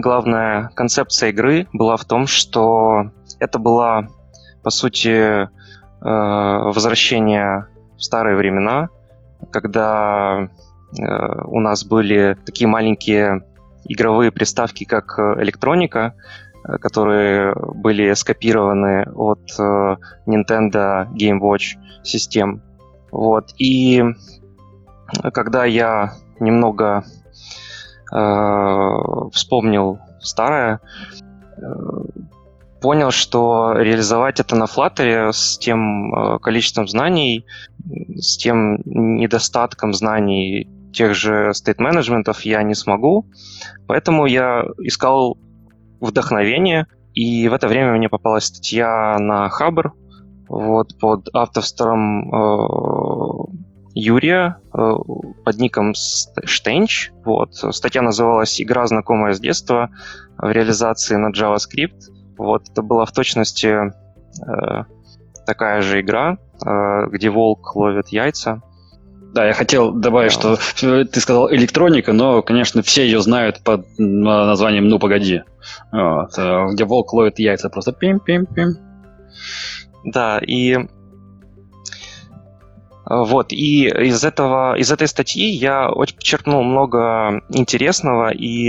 Speaker 2: Главная концепция игры была в том, что это была, по сути, возвращение в старые времена, когда у нас были такие маленькие игровые приставки, как электроника, которые были скопированы от Nintendo Game Watch систем. Вот. И когда я немного вспомнил старое, понял, что реализовать это на Flutter с тем количеством знаний, с тем недостатком знаний тех же state-менеджментов я не смогу. Поэтому я искал вдохновение, и в это время мне попалась статья на Хабр вот, под авторством Юрия под ником Штенч. Вот. Статья называлась «Игра, знакомая с детства в реализации на JavaScript». Вот. Это была в точности такая же игра, где волк ловит яйца.
Speaker 3: Да, я хотел добавить, что ты сказал электроника, но, конечно, все ее знают под названием «Ну, погоди». Вот. Где волк ловит яйца, просто пим-пим-пим.
Speaker 2: Да, и вот, и из этой статьи я очень почерпнул много интересного и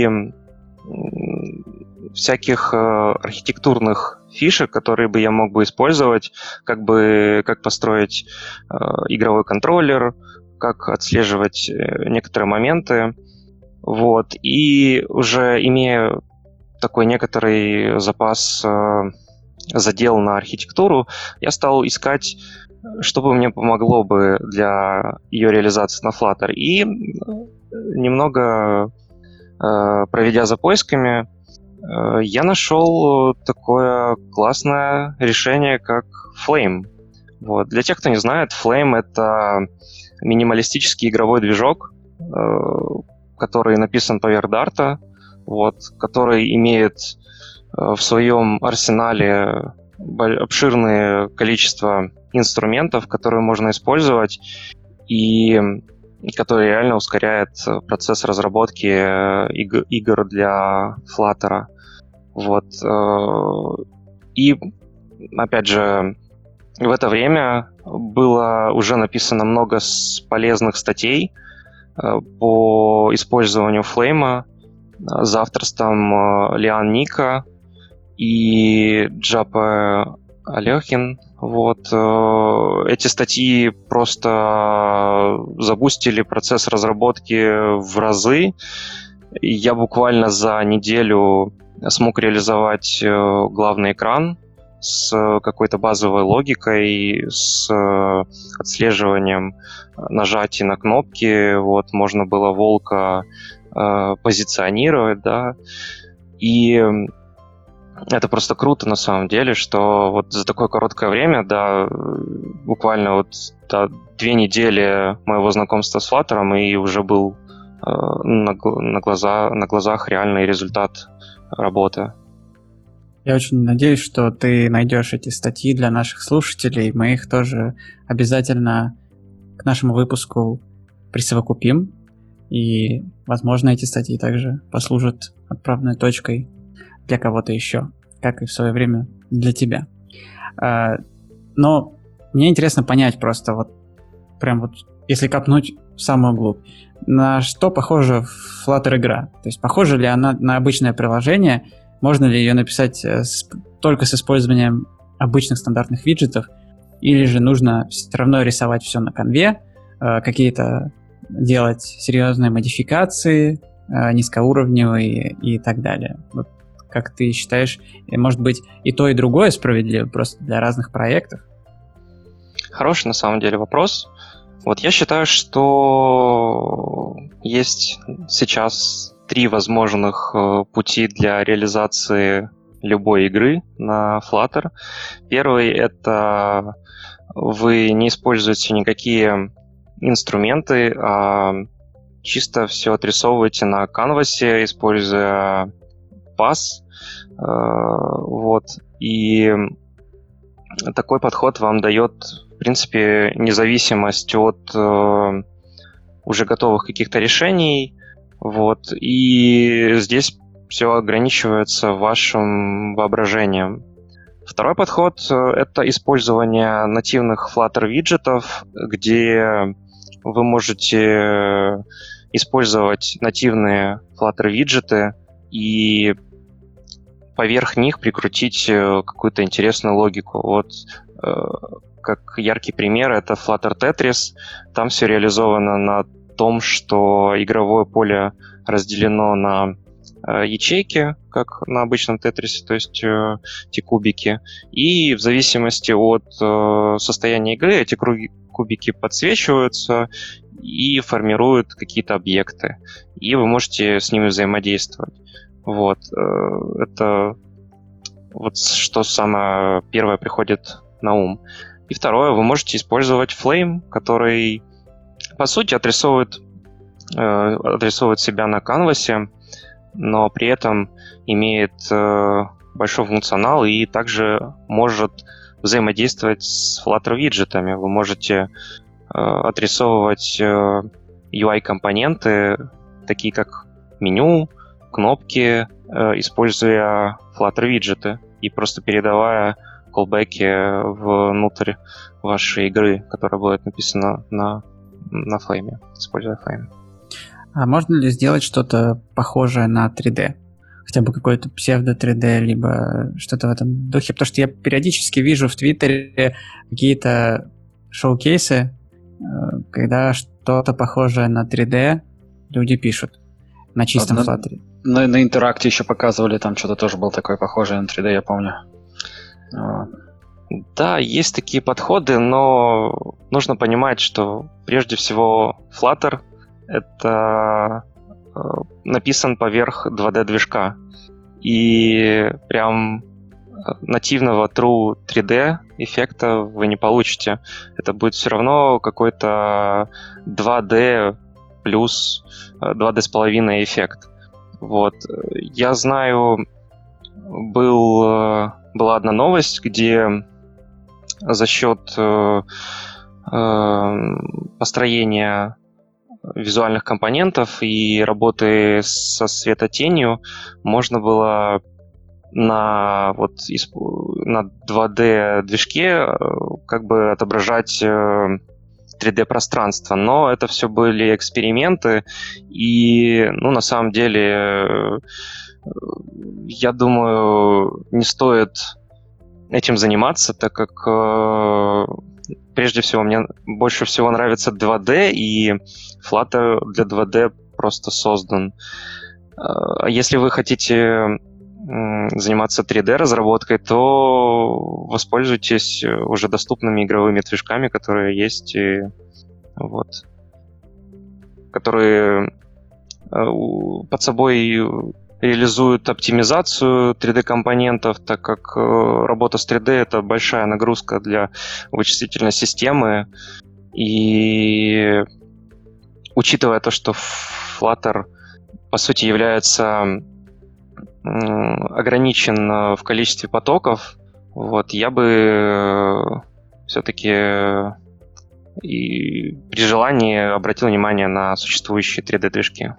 Speaker 2: всяких архитектурных фишек, которые бы я мог бы использовать, как построить игровой контроллер, как отслеживать некоторые моменты. Вот. И уже имея такой некоторый запас задел на архитектуру, я стал искать, что бы мне помогло бы для ее реализации на Flutter. И немного проведя за поисками, я нашел такое классное решение, как Flame. Вот. Для тех, кто не знает, Flame — это минималистический игровой движок, который написан поверх Dart, вот, который имеет в своем арсенале обширное количество инструментов, которые можно использовать, и который реально ускоряет процесс разработки игр для Flutter. Вот. И, опять же, в это время было уже написано много полезных статей по использованию Flame за авторством Лиан Ника и Джапе Алехин. Вот. Эти статьи просто забустили процесс разработки в разы. Я буквально за неделю смог реализовать главный экран с какой-то базовой логикой, с отслеживанием нажатий на кнопки. Вот, можно было волка позиционировать, да. И это просто круто на самом деле, что вот за такое короткое время, да, буквально вот 2 недели моего знакомства с Flutter, и уже был на глазах реальный результат работы.
Speaker 1: Я очень надеюсь, что ты найдешь эти статьи для наших слушателей. Мы их тоже обязательно к нашему выпуску присовокупим. И, возможно, эти статьи также послужат отправной точкой для кого-то еще, как и в свое время для тебя. Но мне интересно понять просто, вот прям вот, если копнуть в самую глубь, на что похожа Flutter игра? То есть похожа ли она на обычное приложение? Можно ли ее написать только с использованием обычных стандартных виджетов? Или же нужно все равно рисовать все на конве, какие-то делать серьезные модификации, низкоуровневые и так далее? Вот как ты считаешь, может быть, и то, и другое справедливо просто для разных проектов?
Speaker 2: Хороший, на самом деле, вопрос. Вот я считаю, что есть сейчас 3 возможных пути для реализации любой игры на Flutter. Первый — это вы не используете никакие инструменты, а чисто все отрисовываете на канвасе, используя пас. Вот. И такой подход вам дает, в принципе, независимость от уже готовых каких-то решений. Вот. И здесь все ограничивается вашим воображением. Второй подход — это использование нативных Flutter виджетов, где вы можете использовать нативные Flutter виджеты и поверх них прикрутить какую-то интересную логику. Вот как яркий пример — это Flutter Tetris. Там все реализовано на том, что игровое поле разделено на ячейки, как на обычном тетрисе, то есть эти кубики. И в зависимости от состояния игры эти кубики подсвечиваются и формируют какие-то объекты. И вы можете с ними взаимодействовать. Вот. Это вот что самое первое приходит на ум. И второе, вы можете использовать Flame, который, по сути, отрисовывает себя на канвасе, но при этом имеет большой функционал и также может взаимодействовать с Flutter виджетами. Вы можете отрисовывать UI-компоненты, такие как меню, кнопки, используя Flutter виджеты и просто передавая колбеки внутрь вашей игры, которая будет написана на Flame, используя Flame.
Speaker 1: А можно ли сделать что-то похожее на 3D? Хотя бы какой-то псевдо-3D, либо что-то в этом духе? Потому что я периодически вижу в Твиттере какие-то шоу-кейсы, когда что-то похожее на 3D люди пишут на чистом Flutter.
Speaker 3: На интеракте еще показывали, там что-то тоже было такое похожее на 3D, я помню.
Speaker 2: Да, есть такие подходы, но нужно понимать, что прежде всего Flutter — это написан поверх 2D-движка. И прям нативного True 3D эффекта вы не получите. Это будет все равно какой-то 2D плюс 2D с половиной эффект. Вот. Я знаю, была одна новость, где за счет построения визуальных компонентов и работы со светотенью можно было на 2D-движке как бы отображать 3D-пространство. Но это все были эксперименты, и, на самом деле, я думаю, не стоит этим заниматься, так как прежде всего мне больше всего нравится 2D, и Flutter для 2D просто создан. Если вы хотите заниматься 3D-разработкой, то воспользуйтесь уже доступными игровыми движками, которые есть, которые под собой реализуют оптимизацию 3D-компонентов, так как работа с 3D — это большая нагрузка для вычислительной системы. И учитывая то, что Flutter, по сути, является ограничен в количестве потоков, я бы все-таки и при желании обратил внимание на существующие 3D-движки.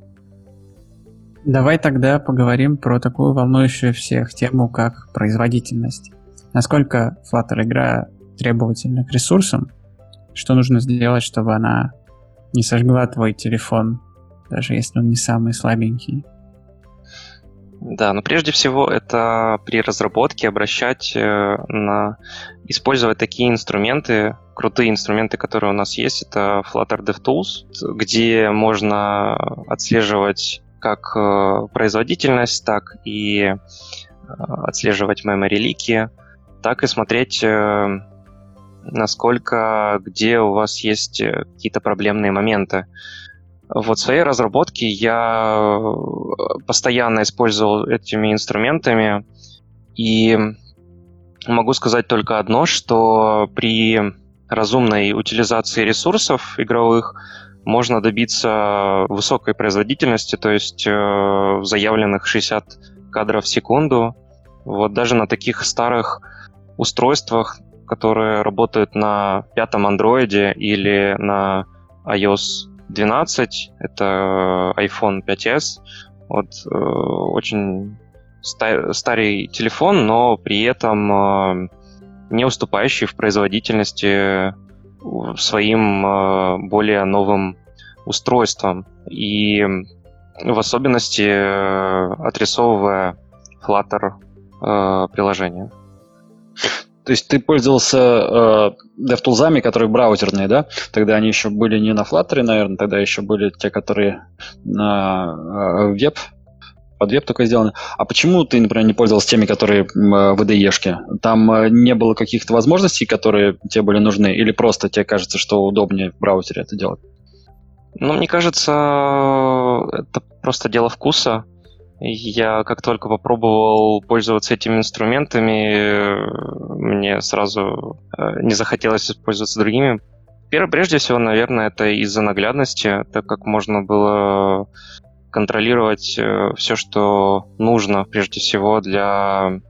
Speaker 1: Давай тогда поговорим про такую волнующую всех тему, как производительность. Насколько Flutter-игра требовательна к ресурсам? Что нужно сделать, чтобы она не сожгла твой телефон, даже если он не самый слабенький?
Speaker 2: Да, но прежде всего это при разработке использовать такие инструменты, крутые инструменты, которые у нас есть. Это Flutter DevTools, где можно отслеживать как производительность, так и отслеживать memory-лики, так и смотреть, насколько, где у вас есть какие-то проблемные моменты. В своей разработке я постоянно использовал этими инструментами, и могу сказать только одно, что при разумной утилизации ресурсов игровых можно добиться высокой производительности, то есть заявленных 60 кадров в секунду. Даже на таких старых устройствах, которые работают на 5-м Android или на iOS 12, это iPhone 5s, очень старый телефон, но при этом не уступающий в производительности своим более новым устройствам. И в особенности отрисовывая Flutter приложение.
Speaker 3: То есть ты пользовался DevTools, которые браузерные, да? Тогда они еще были не на Flutter, наверное, тогда еще были те, которые на веб, под веб только сделаны. А почему ты, например, не пользовался теми, которые в IDE-шке? Там не было каких-то возможностей, которые тебе были нужны? Или просто тебе кажется, что удобнее в браузере это делать?
Speaker 2: Ну, мне кажется, это просто дело вкуса. Я как только попробовал пользоваться этими инструментами, мне сразу не захотелось пользоваться другими. Прежде всего, наверное, это из-за наглядности, так как можно было контролировать все, что нужно, прежде всего, для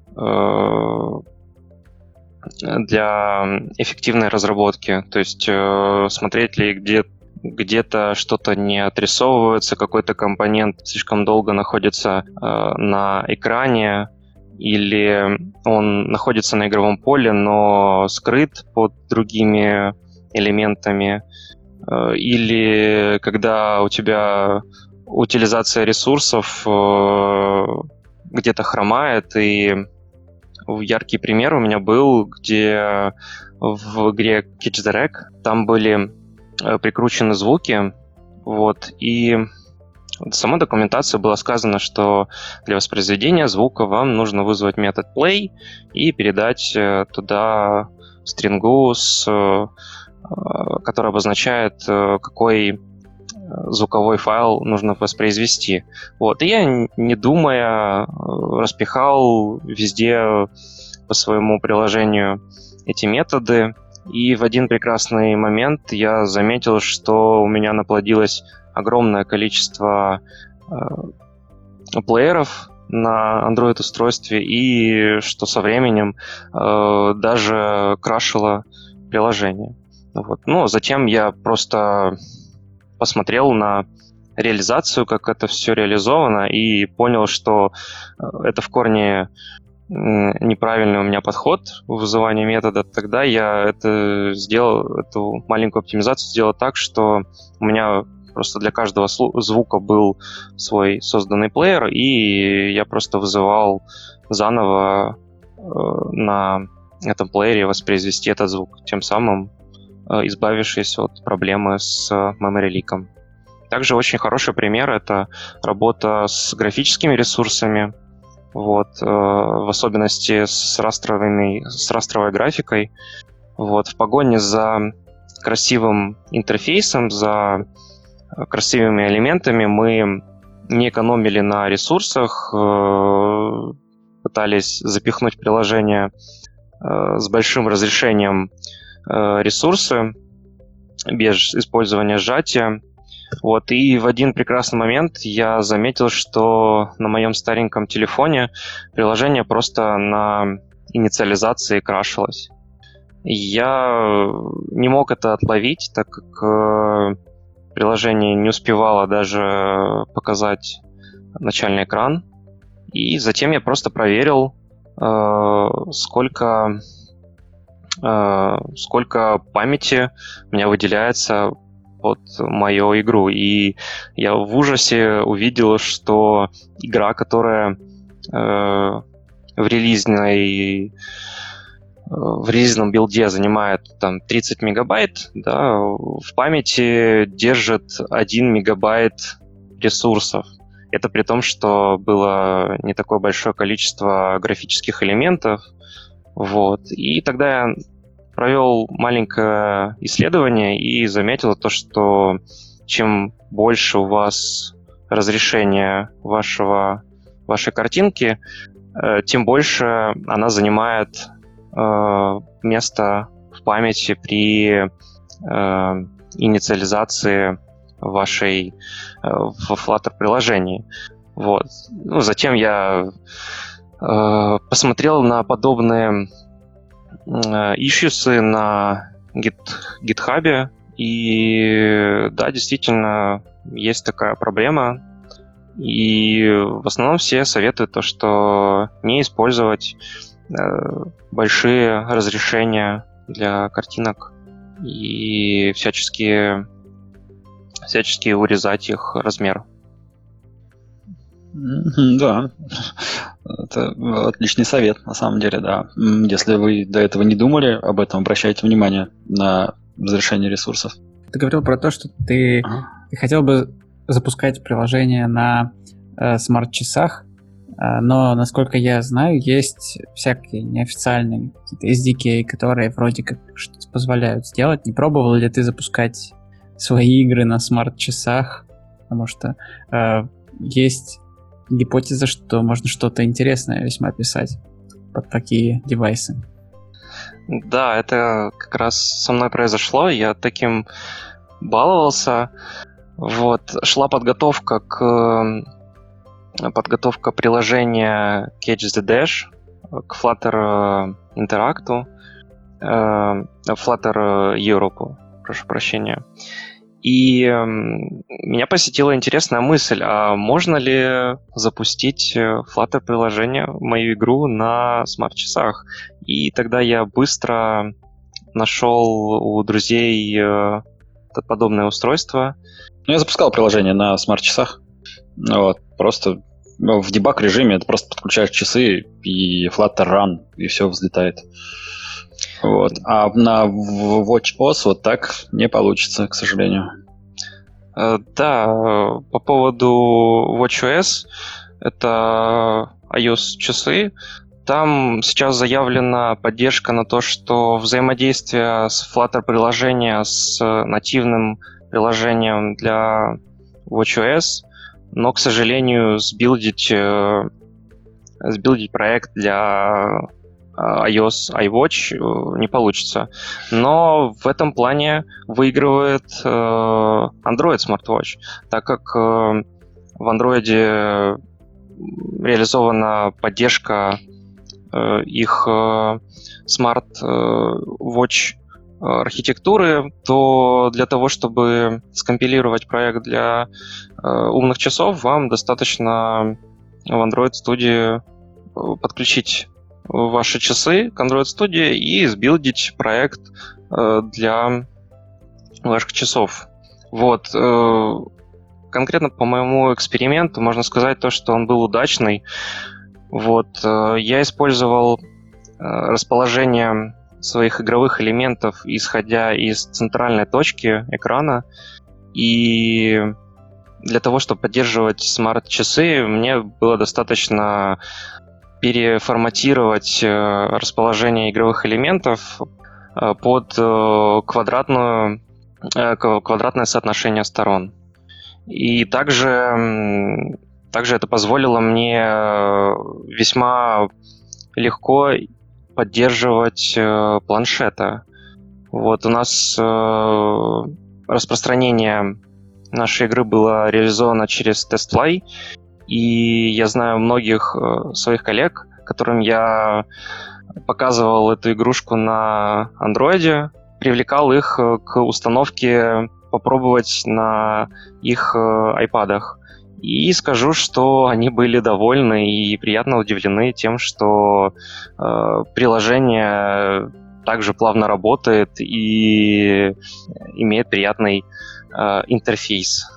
Speaker 2: эффективной разработки. То есть смотреть ли где-то что-то не отрисовывается, какой-то компонент слишком долго находится на экране, или он находится на игровом поле, но скрыт под другими элементами, или когда у тебя утилизация ресурсов где-то хромает. И яркий пример у меня был, где в игре Catch the Wreck там были прикручены звуки, вот, и в самой документации было сказано, что для воспроизведения звука вам нужно вызвать метод play и передать туда стрингу, который обозначает, какой звуковой файл нужно воспроизвести. Вот. И я, не думая, распихал везде по своему приложению эти методы. И в один прекрасный момент я заметил, что у меня наплодилось огромное количество плееров на Android-устройстве, и что со временем даже крашило приложение. Вот. Ну, затем я просто посмотрел на реализацию, как это все реализовано, и понял, что это в корне неправильный у меня подход в вызывании метода. Тогда я эту маленькую оптимизацию сделал так, что у меня просто для каждого звука был свой созданный плеер, и я просто вызывал заново на этом плеере воспроизвести этот звук, тем самым избавившись от проблемы с memory leak'ом. Также очень хороший пример — это работа с графическими ресурсами, вот, в особенности с растровой графикой. Вот, в погоне за красивым интерфейсом, за красивыми элементами мы не экономили на ресурсах, пытались запихнуть приложение с большим разрешением ресурсы без использования сжатия. Вот. И в один прекрасный момент я заметил, что на моем стареньком телефоне приложение просто на инициализации крашилось. Я не мог это отловить, так как приложение не успевало даже показать начальный экран. И затем я просто проверил, сколько памяти у меня выделяется под мою игру. И я в ужасе увидел, что игра, которая в релизном билде занимает там 30 мегабайт, да, в памяти держит 1 мегабайт ресурсов. Это при том, что было не такое большое количество графических элементов. Вот. И тогда я провел маленькое исследование и заметил то, что чем больше у вас разрешение вашей картинки, тем больше она занимает место в памяти при инициализации вашей в Flutter приложении. Вот. Ну, затем я посмотрел на подобные ишьюсы на GitHub, и да, действительно, есть такая проблема. И в основном все советуют то, что не использовать большие разрешения для картинок и всячески урезать их размер.
Speaker 3: Да, это отличный совет, на самом деле, да. Если вы до этого не думали об этом, обращайте внимание на разрешение ресурсов.
Speaker 1: Ты говорил про то, что ты хотел бы запускать приложение на смарт-часах, но, насколько я знаю, есть всякие неофициальные какие-то SDK, которые вроде как что-то позволяют сделать. Не пробовал ли ты запускать свои игры на смарт-часах? Потому что есть гипотеза, что можно что-то интересное весьма писать под такие девайсы.
Speaker 2: Да, это как раз со мной произошло. Я таким баловался. Вот. Шла подготовка приложения Catch the Dash к Flutter Interact, Flutter Europe, прошу прощения. И меня посетила интересная мысль, а можно ли запустить Flutter приложение, мою игру на смарт-часах? И тогда я быстро нашел у друзей подобное устройство.
Speaker 3: Я запускал приложение на смарт-часах. Вот, просто в дебаг режиме это просто подключаешь часы и Flutter Run, и все взлетает. Вот. А на WatchOS вот так не получится, к сожалению.
Speaker 2: Да, по поводу WatchOS, это iOS-часы. Там сейчас заявлена поддержка на то, что взаимодействие с Flutter-приложения с нативным приложением для WatchOS, но, к сожалению, сбилдить проект для iOS, iWatch не получится. Но в этом плане выигрывает Android Smartwatch, так как в Android реализована поддержка их Smart Watch архитектуры, то для того, чтобы скомпилировать проект для умных часов, вам достаточно в Android Studio подключить ваши часы к Android Studio и сбилдить проект для ваших часов. Вот. Конкретно по моему эксперименту можно сказать то, что он был удачный. Вот. Я использовал расположение своих игровых элементов, исходя из центральной точки экрана. И для того, чтобы поддерживать смарт-часы, мне было достаточно переформатировать расположение игровых элементов под квадратное соотношение сторон. И также это позволило мне весьма легко поддерживать планшеты. Вот у нас распространение нашей игры было реализовано через TestFly, и я знаю многих своих коллег, которым я показывал эту игрушку на Android, привлекал их к установке попробовать на их iPad'ах. И скажу, что они были довольны и приятно удивлены тем, что приложение также плавно работает и имеет приятный интерфейс.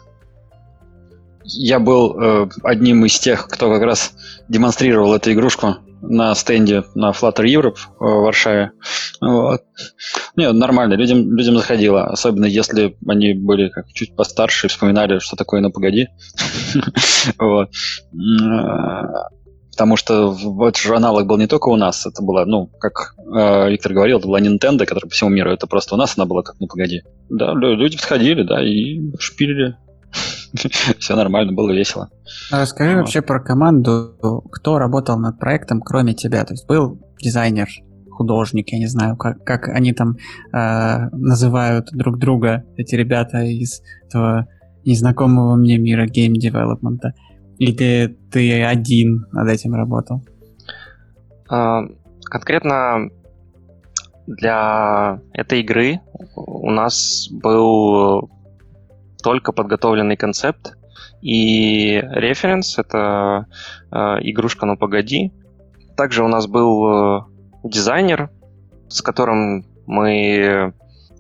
Speaker 3: Я был одним из тех, кто как раз демонстрировал эту игрушку на стенде на Flutter Europe в Варшаве. Вот. Не, нормально, людям заходило, особенно если они были как чуть постарше и вспоминали, что такое «Ну, погоди». Вот. Потому что вот же аналог был не только у нас, это было, как Виктор говорил, это была Nintendo, которая по всему миру, это просто у нас она была как «Ну, погоди». Да, люди подходили, да, и шпилили. Все нормально, было весело.
Speaker 1: Расскажи вообще про команду, кто работал над проектом, кроме тебя. То есть был дизайнер, художник, я не знаю, как они там называют друг друга, эти ребята из этого незнакомого мне мира гейм-девелопмента. Или ты один над этим работал?
Speaker 2: Конкретно для этой игры у нас был только подготовленный концепт, и Reference, это игрушка «Ну погоди». Также у нас был дизайнер, с которым мы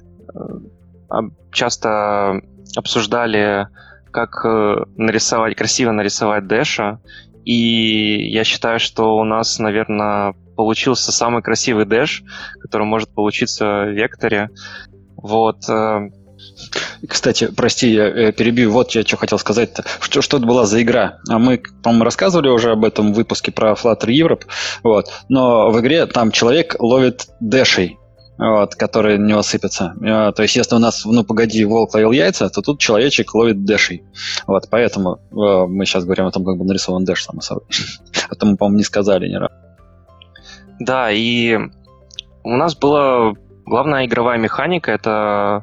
Speaker 2: часто обсуждали, как красиво нарисовать Дэша. И я считаю, что у нас, наверное, получился самый красивый Дэш, который может получиться в Векторе. Вот.
Speaker 3: Кстати, прости, я перебью. Вот я что хотел сказать-то. Что это была за игра? Мы, по-моему, рассказывали уже об этом в выпуске про Flutter Europe. Вот. Но в игре там человек ловит дэшей, вот, которые на него сыпятся. То есть, если у нас, ну, погоди, волк ловил яйца, то тут человечек ловит дэшей. Вот, поэтому мы сейчас говорим о том, как был нарисован дэш, само собой. А то мы, по-моему, не сказали ни разу.
Speaker 2: Да, и у нас была главная игровая механика, это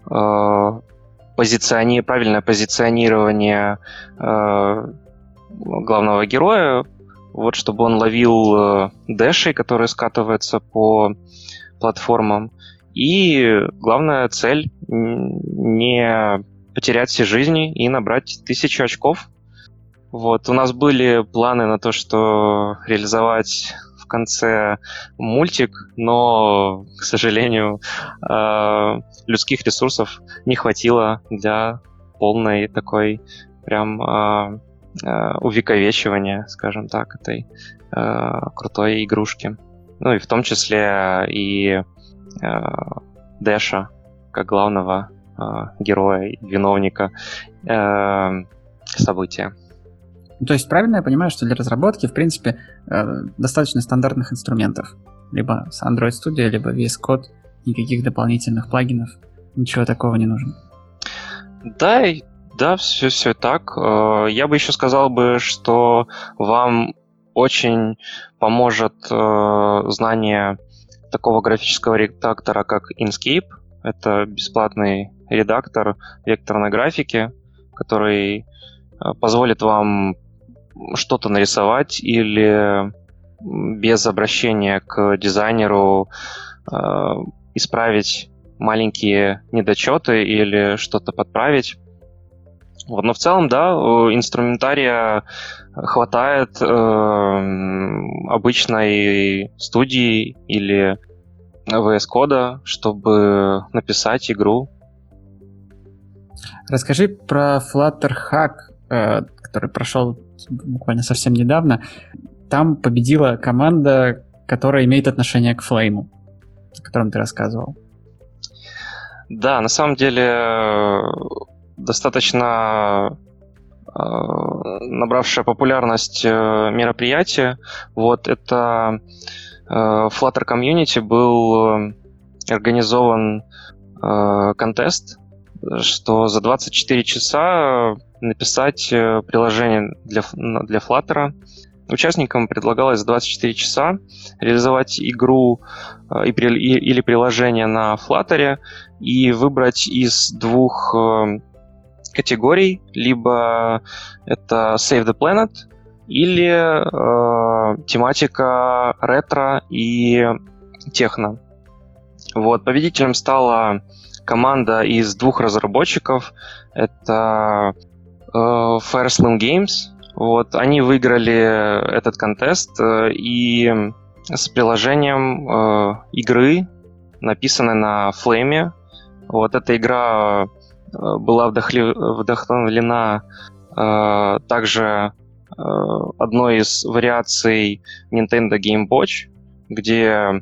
Speaker 2: правильное позиционирование главного героя, вот, чтобы он ловил дэши, которые скатываются по платформам. И главная цель — не потерять все жизни и набрать 1000 очков. Вот. У нас были планы на то, что реализовать в конце мультик, но, к сожалению, людских ресурсов не хватило для полной такой прям увековечивания, скажем так, этой крутой игрушки. Ну и в том числе и Дэша как главного героя и виновника события.
Speaker 1: То есть правильно я понимаю, что для разработки, в принципе, достаточно стандартных инструментов. Либо с Android Studio, либо VS Code, никаких дополнительных плагинов, ничего такого не нужно.
Speaker 2: Да, все так. Я бы еще сказал бы, что вам очень поможет знание такого графического редактора, как Inkscape. Это бесплатный редактор векторной графики, который позволит вам что-то нарисовать или без обращения к дизайнеру исправить маленькие недочеты или что-то подправить. Вот. Но в целом, да, инструментария хватает обычной студии или VS Code, чтобы написать игру.
Speaker 1: Расскажи про Flutter Hack, который прошел буквально совсем недавно. Там победила команда, которая имеет отношение к Flame, о котором ты рассказывал.
Speaker 2: Да, на самом деле достаточно набравшее популярность мероприятие. Вот это Flutter Community был организован контест, что за 24 часа написать приложение для Flutter. Участникам предлагалось за 24 часа реализовать игру или приложение на Flutter и выбрать из двух категорий, либо это Save the Planet, или тематика ретро и техно. Вот. Победителем стала команда из двух разработчиков. Это Fireslim Games. Вот. Они выиграли этот контест и с приложением игры, написанной на Flame. Вот. Эта игра была вдохновлена также одной из вариаций Nintendo Game Watch, где,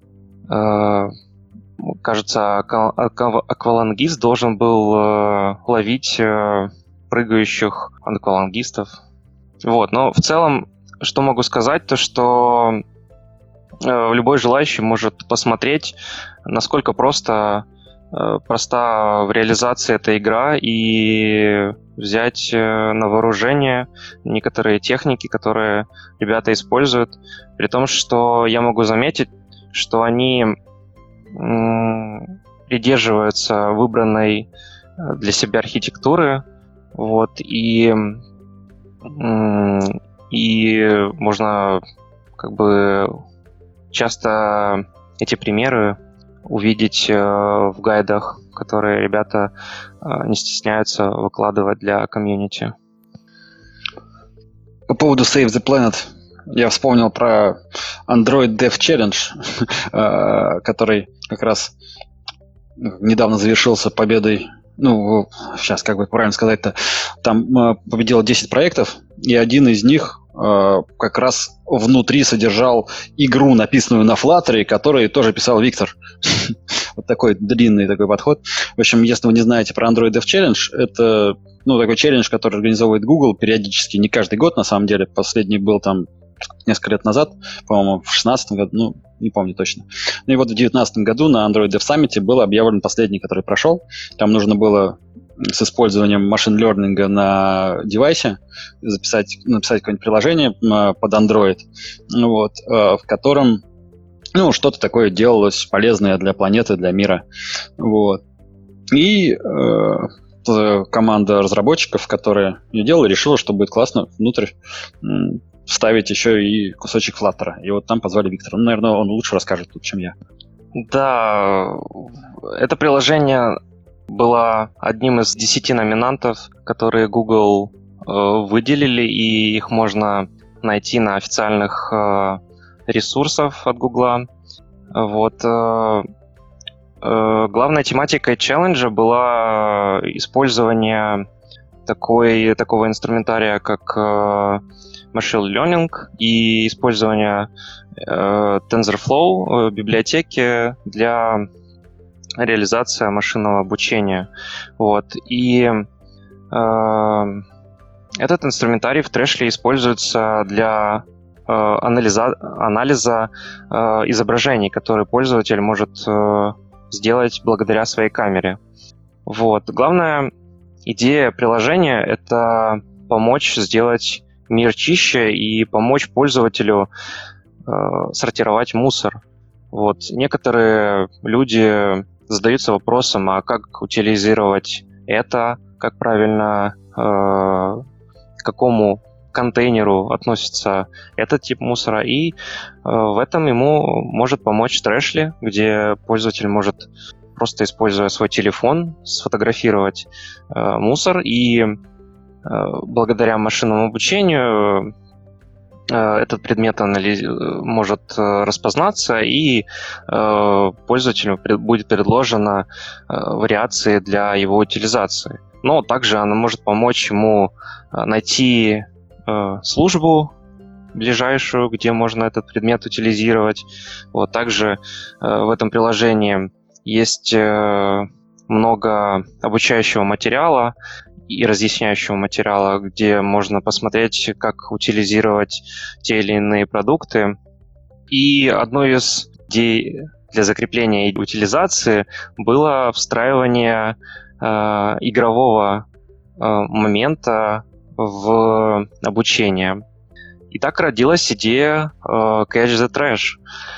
Speaker 2: кажется, аквалангист должен был ловить прыгающих аквалангистов. Вот. Но в целом, что могу сказать, то что любой желающий может посмотреть, насколько проста в реализации эта игра, и взять на вооружение некоторые техники, которые ребята используют, при том, что я могу заметить, что они придерживаются выбранной для себя архитектуры, вот, и можно как бы часто эти примеры увидеть в гайдах, которые ребята не стесняются выкладывать для комьюнити.
Speaker 3: поводу Save the Planet я вспомнил про Android Dev Challenge, который как раз недавно завершился победой. Ну, сейчас как бы правильно сказать-то. Там победило 10 проектов, и один из них как раз внутри содержал игру, написанную на Flutter, которую тоже писал Виктор. Вот такой длинный такой подход. В общем, если вы не знаете про Android Dev Challenge, это такой челлендж, который организовывает Google периодически, не каждый год на самом деле. Последний был там несколько лет назад, по-моему, в 2016 году, не помню точно. Ну и вот в 2019 году на Android Dev Summit был объявлен последний, который прошел. Там нужно было с использованием машин-лернинга на девайсе написать какое-нибудь приложение под Android, в котором что-то такое делалось полезное для планеты, для мира. И команда разработчиков, которая ее делала, решила, что будет классно внутрь вставить еще и кусочек Flutter. И вот там позвали Виктора. Наверное, он лучше расскажет тут, чем я.
Speaker 2: Да, это приложение было одним из 10 номинантов, которые Google выделили, и их можно найти на официальных ресурсах от Google. Главной тематикой челленджа была использование такого инструментария, как Machine Learning, и использование TensorFlow библиотеки для реализации машинного обучения. И этот инструментарий в Trashly используется для анализа изображений, которые пользователь может сделать благодаря своей камере. Главная идея приложения — это помочь сделать мир чище и помочь пользователю сортировать мусор. Некоторые люди задаются вопросом, а как утилизировать это, как правильно, к какому контейнеру относится этот тип мусора, и в этом ему может помочь Trashly, где пользователь может, просто используя свой телефон, сфотографировать мусор, и благодаря машинному обучению этот предмет может распознаться, и пользователю будет предложена вариации для его утилизации. Но также она может помочь ему найти службу ближайшую, где можно этот предмет утилизировать. Также в этом приложении есть много обучающего материала и разъясняющего материала, где можно посмотреть, как утилизировать те или иные продукты. И одной из идей для закрепления и утилизации было встраивание игрового момента в обучение. И так родилась идея Catch the Trash.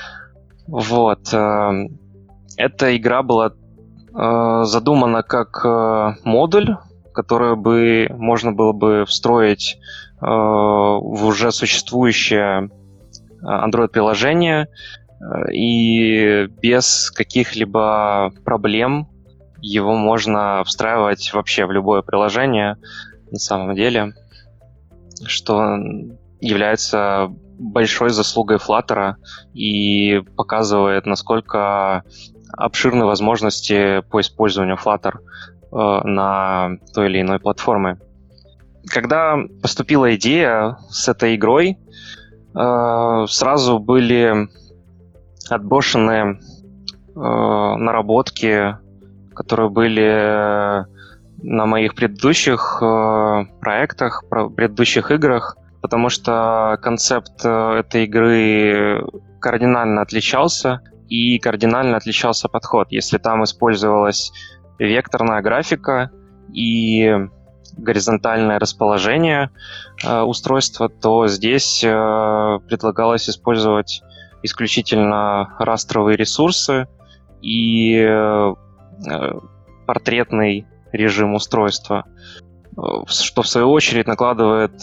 Speaker 2: Эта игра была задумана как модуль, который можно было бы встроить в уже существующее Android-приложение, и без каких-либо проблем его можно встраивать вообще в любое приложение на самом деле, что является большой заслугой Flutter и показывает, насколько обширны возможности по использованию Flutter на той или иной платформе. Когда поступила идея с этой игрой, сразу были отброшены наработки, которые были на моих предыдущих проектах, предыдущих играх, потому что концепт этой игры кардинально отличался, и кардинально отличался подход. Если там использовалась векторная графика и горизонтальное расположение устройства, то здесь предлагалось использовать исключительно растровые ресурсы и портретный режим устройства, что в свою очередь накладывает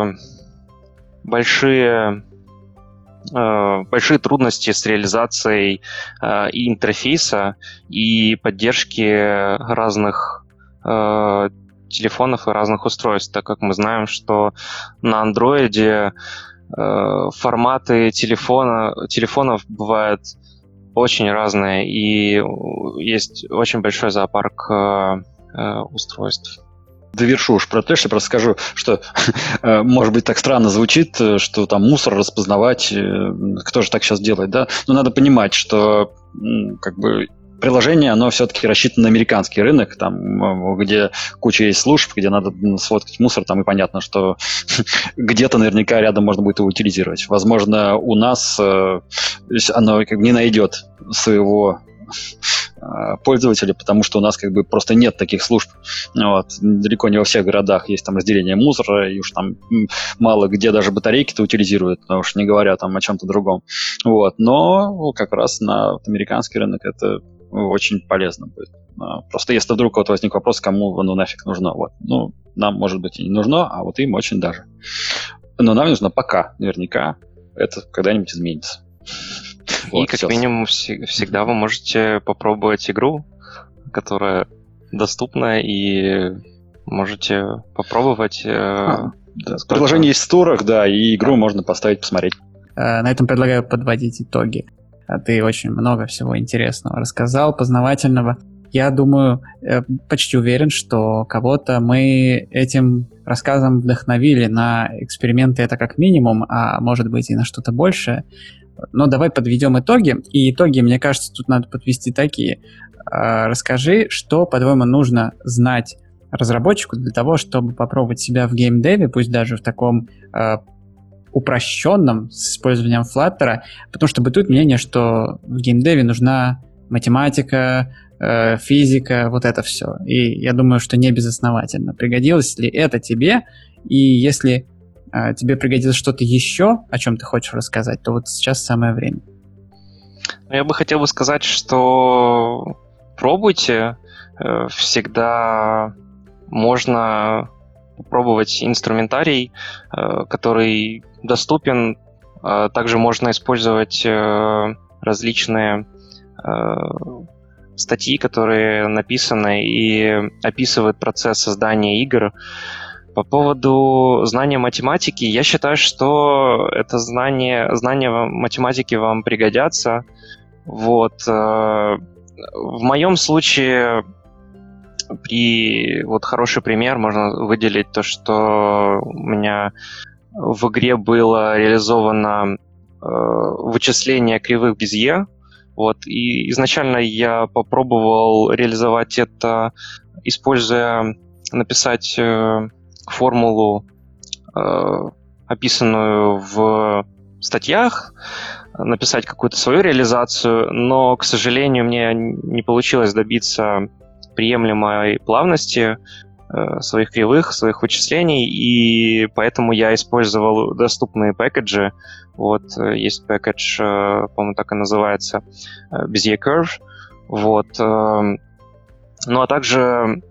Speaker 2: большие трудности с реализацией и интерфейса, и поддержки разных телефонов и разных устройств, так как мы знаем, что на Android форматы телефонов бывают очень разные, и есть очень большой зоопарк устройств.
Speaker 3: Довершу уж про Тэш, я просто скажу, что, может быть, так странно звучит, что там мусор распознавать, кто же так сейчас делает, да? Но надо понимать, что как бы приложение, оно все-таки рассчитано на американский рынок, там, где куча есть служб, где надо сфоткать мусор, там и понятно, что где-то наверняка рядом можно будет его утилизировать. Возможно, у нас оно как бы не найдет своего пользователя, потому что у нас как бы просто нет таких служб. Вот. Далеко не во всех городах есть там разделение мусора, и уж там мало где даже батарейки-то утилизируют, уж не говоря там о чем-то другом. Вот. Но как раз на американский рынок это очень полезно будет. Просто если вдруг у кого-то возник вопрос, кому оно нафиг нужно. Вот. Ну, нам, может быть, и не нужно, а вот им очень даже. Но нам нужно пока, наверняка. Это когда-нибудь изменится.
Speaker 2: И вот, как минимум всегда вы можете попробовать игру, которая доступна, и можете попробовать.
Speaker 3: Да. Приложение есть в сторах, да, и игру можно поставить, посмотреть.
Speaker 1: На этом предлагаю подводить итоги. Ты очень много всего интересного рассказал, познавательного. Я думаю, почти уверен, что кого-то мы этим рассказом вдохновили на эксперименты, это как минимум, а может быть и на что-то большее. Но давай подведем итоги. И итоги, мне кажется, тут надо подвести такие. Расскажи, что, по-твоему, нужно знать разработчику для того, чтобы попробовать себя в геймдеве, пусть даже в таком упрощенном, с использованием Flutter, потому что бытует мнение, что в геймдеве нужна математика, физика, вот это все. И я думаю, что не безосновательно. Пригодилось ли это тебе? И если тебе пригодилось что-то еще, о чем ты хочешь рассказать, то вот сейчас самое время.
Speaker 2: Я бы хотел сказать, что пробуйте. Всегда можно попробовать инструментарий, который доступен. Также можно использовать различные статьи, которые написаны и описывают процесс создания игр. По поводу знания математики, я считаю, что это знания математики вам пригодятся. Вот. В моем случае хороший пример можно выделить то, что у меня в игре было реализовано вычисление кривых Безье. Вот. И изначально я попробовал реализовать это, написать формулу, описанную в статьях, написать какую-то свою реализацию, но, к сожалению, мне не получилось добиться приемлемой плавности своих кривых, своих вычислений, и поэтому я использовал доступные пэкэджи. Вот, есть пэкэдж, по-моему, так и называется, Bezier Curve. Вот. Ну, а также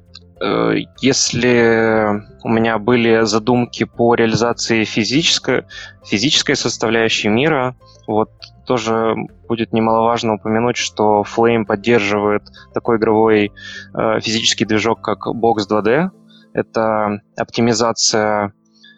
Speaker 2: если у меня были задумки по реализации физической составляющей мира, вот тоже будет немаловажно упомянуть, что Flame поддерживает такой игровой физический движок, как Box 2D. Это оптимизация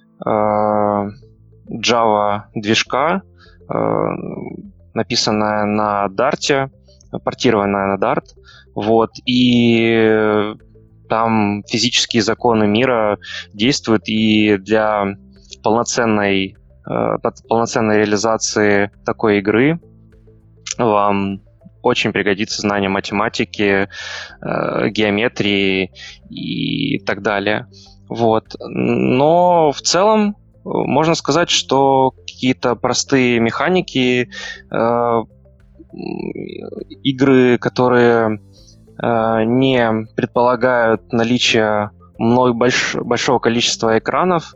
Speaker 2: Java движка, написанная на Dart, портированная на Dart. Вот, и там физические законы мира действуют, и для полноценной реализации такой игры вам очень пригодится знание математики, геометрии и так далее. Вот. Но в целом можно сказать, что какие-то простые механики, игры, которые не предполагают наличие большого количества экранов,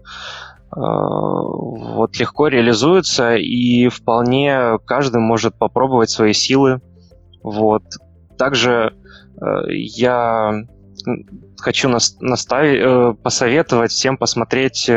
Speaker 2: вот легко реализуются, и вполне каждый может попробовать свои силы. Вот. Также я хочу посоветовать всем посмотреть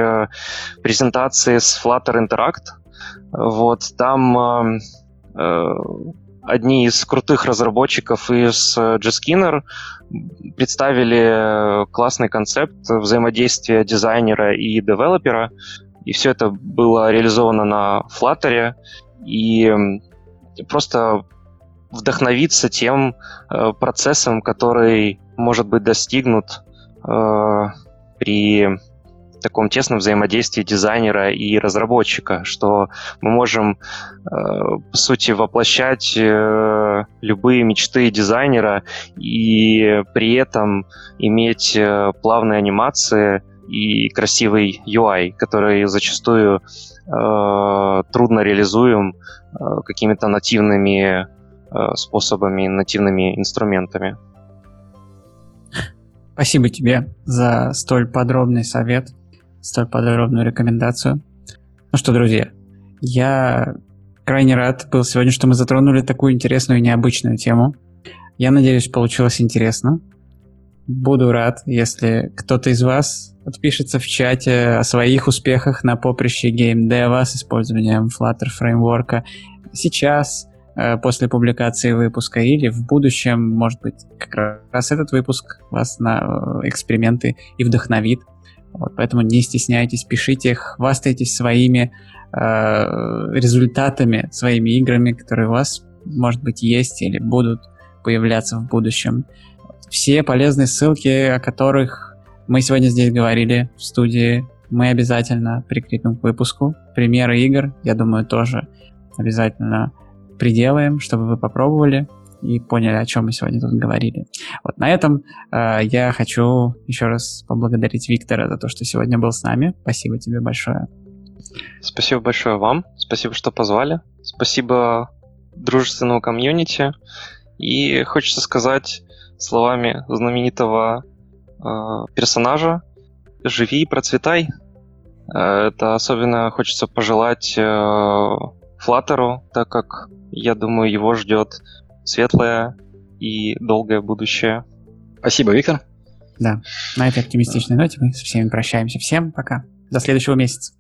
Speaker 2: презентации с Flutter Interact. Вот. Там одни из крутых разработчиков из JSkinner представили классный концепт взаимодействия дизайнера и девелопера, и все это было реализовано на Flutter, и просто вдохновиться тем процессом, который может быть достигнут при таком тесном взаимодействии дизайнера и разработчика, что мы можем, по сути, воплощать любые мечты дизайнера и при этом иметь плавные анимации и красивый UI, который зачастую трудно реализуем какими-то нативными способами, нативными инструментами.
Speaker 1: Спасибо тебе за столь подробный совет, столь подробную рекомендацию. Ну что, друзья, я крайне рад был сегодня, что мы затронули такую интересную и необычную тему. Я надеюсь, получилось интересно. Буду рад, если кто-то из вас отпишется в чате о своих успехах на поприще геймдева с использованием Flutter фреймворка сейчас, после публикации выпуска, или в будущем, может быть, как раз этот выпуск вас на эксперименты и вдохновит. Вот, поэтому не стесняйтесь, пишите, хвастайтесь своими результатами, своими играми, которые у вас, может быть, есть или будут появляться в будущем. Все полезные ссылки, о которых мы сегодня здесь говорили в студии, мы обязательно прикрепим к выпуску. Примеры игр, я думаю, тоже обязательно приделаем, чтобы вы попробовали и поняли, о чем мы сегодня тут говорили. Вот на этом я хочу еще раз поблагодарить Виктора за то, что сегодня был с нами. Спасибо тебе большое.
Speaker 2: Спасибо большое вам. Спасибо, что позвали. Спасибо дружественному комьюнити. И хочется сказать словами знаменитого персонажа: живи и процветай. Это особенно хочется пожелать Flutter, так как, я думаю, его ждет светлое и долгое будущее.
Speaker 3: Спасибо, Виктор.
Speaker 1: Да, на этой оптимистичной ноте мы со всеми прощаемся. Всем пока. До следующего месяца.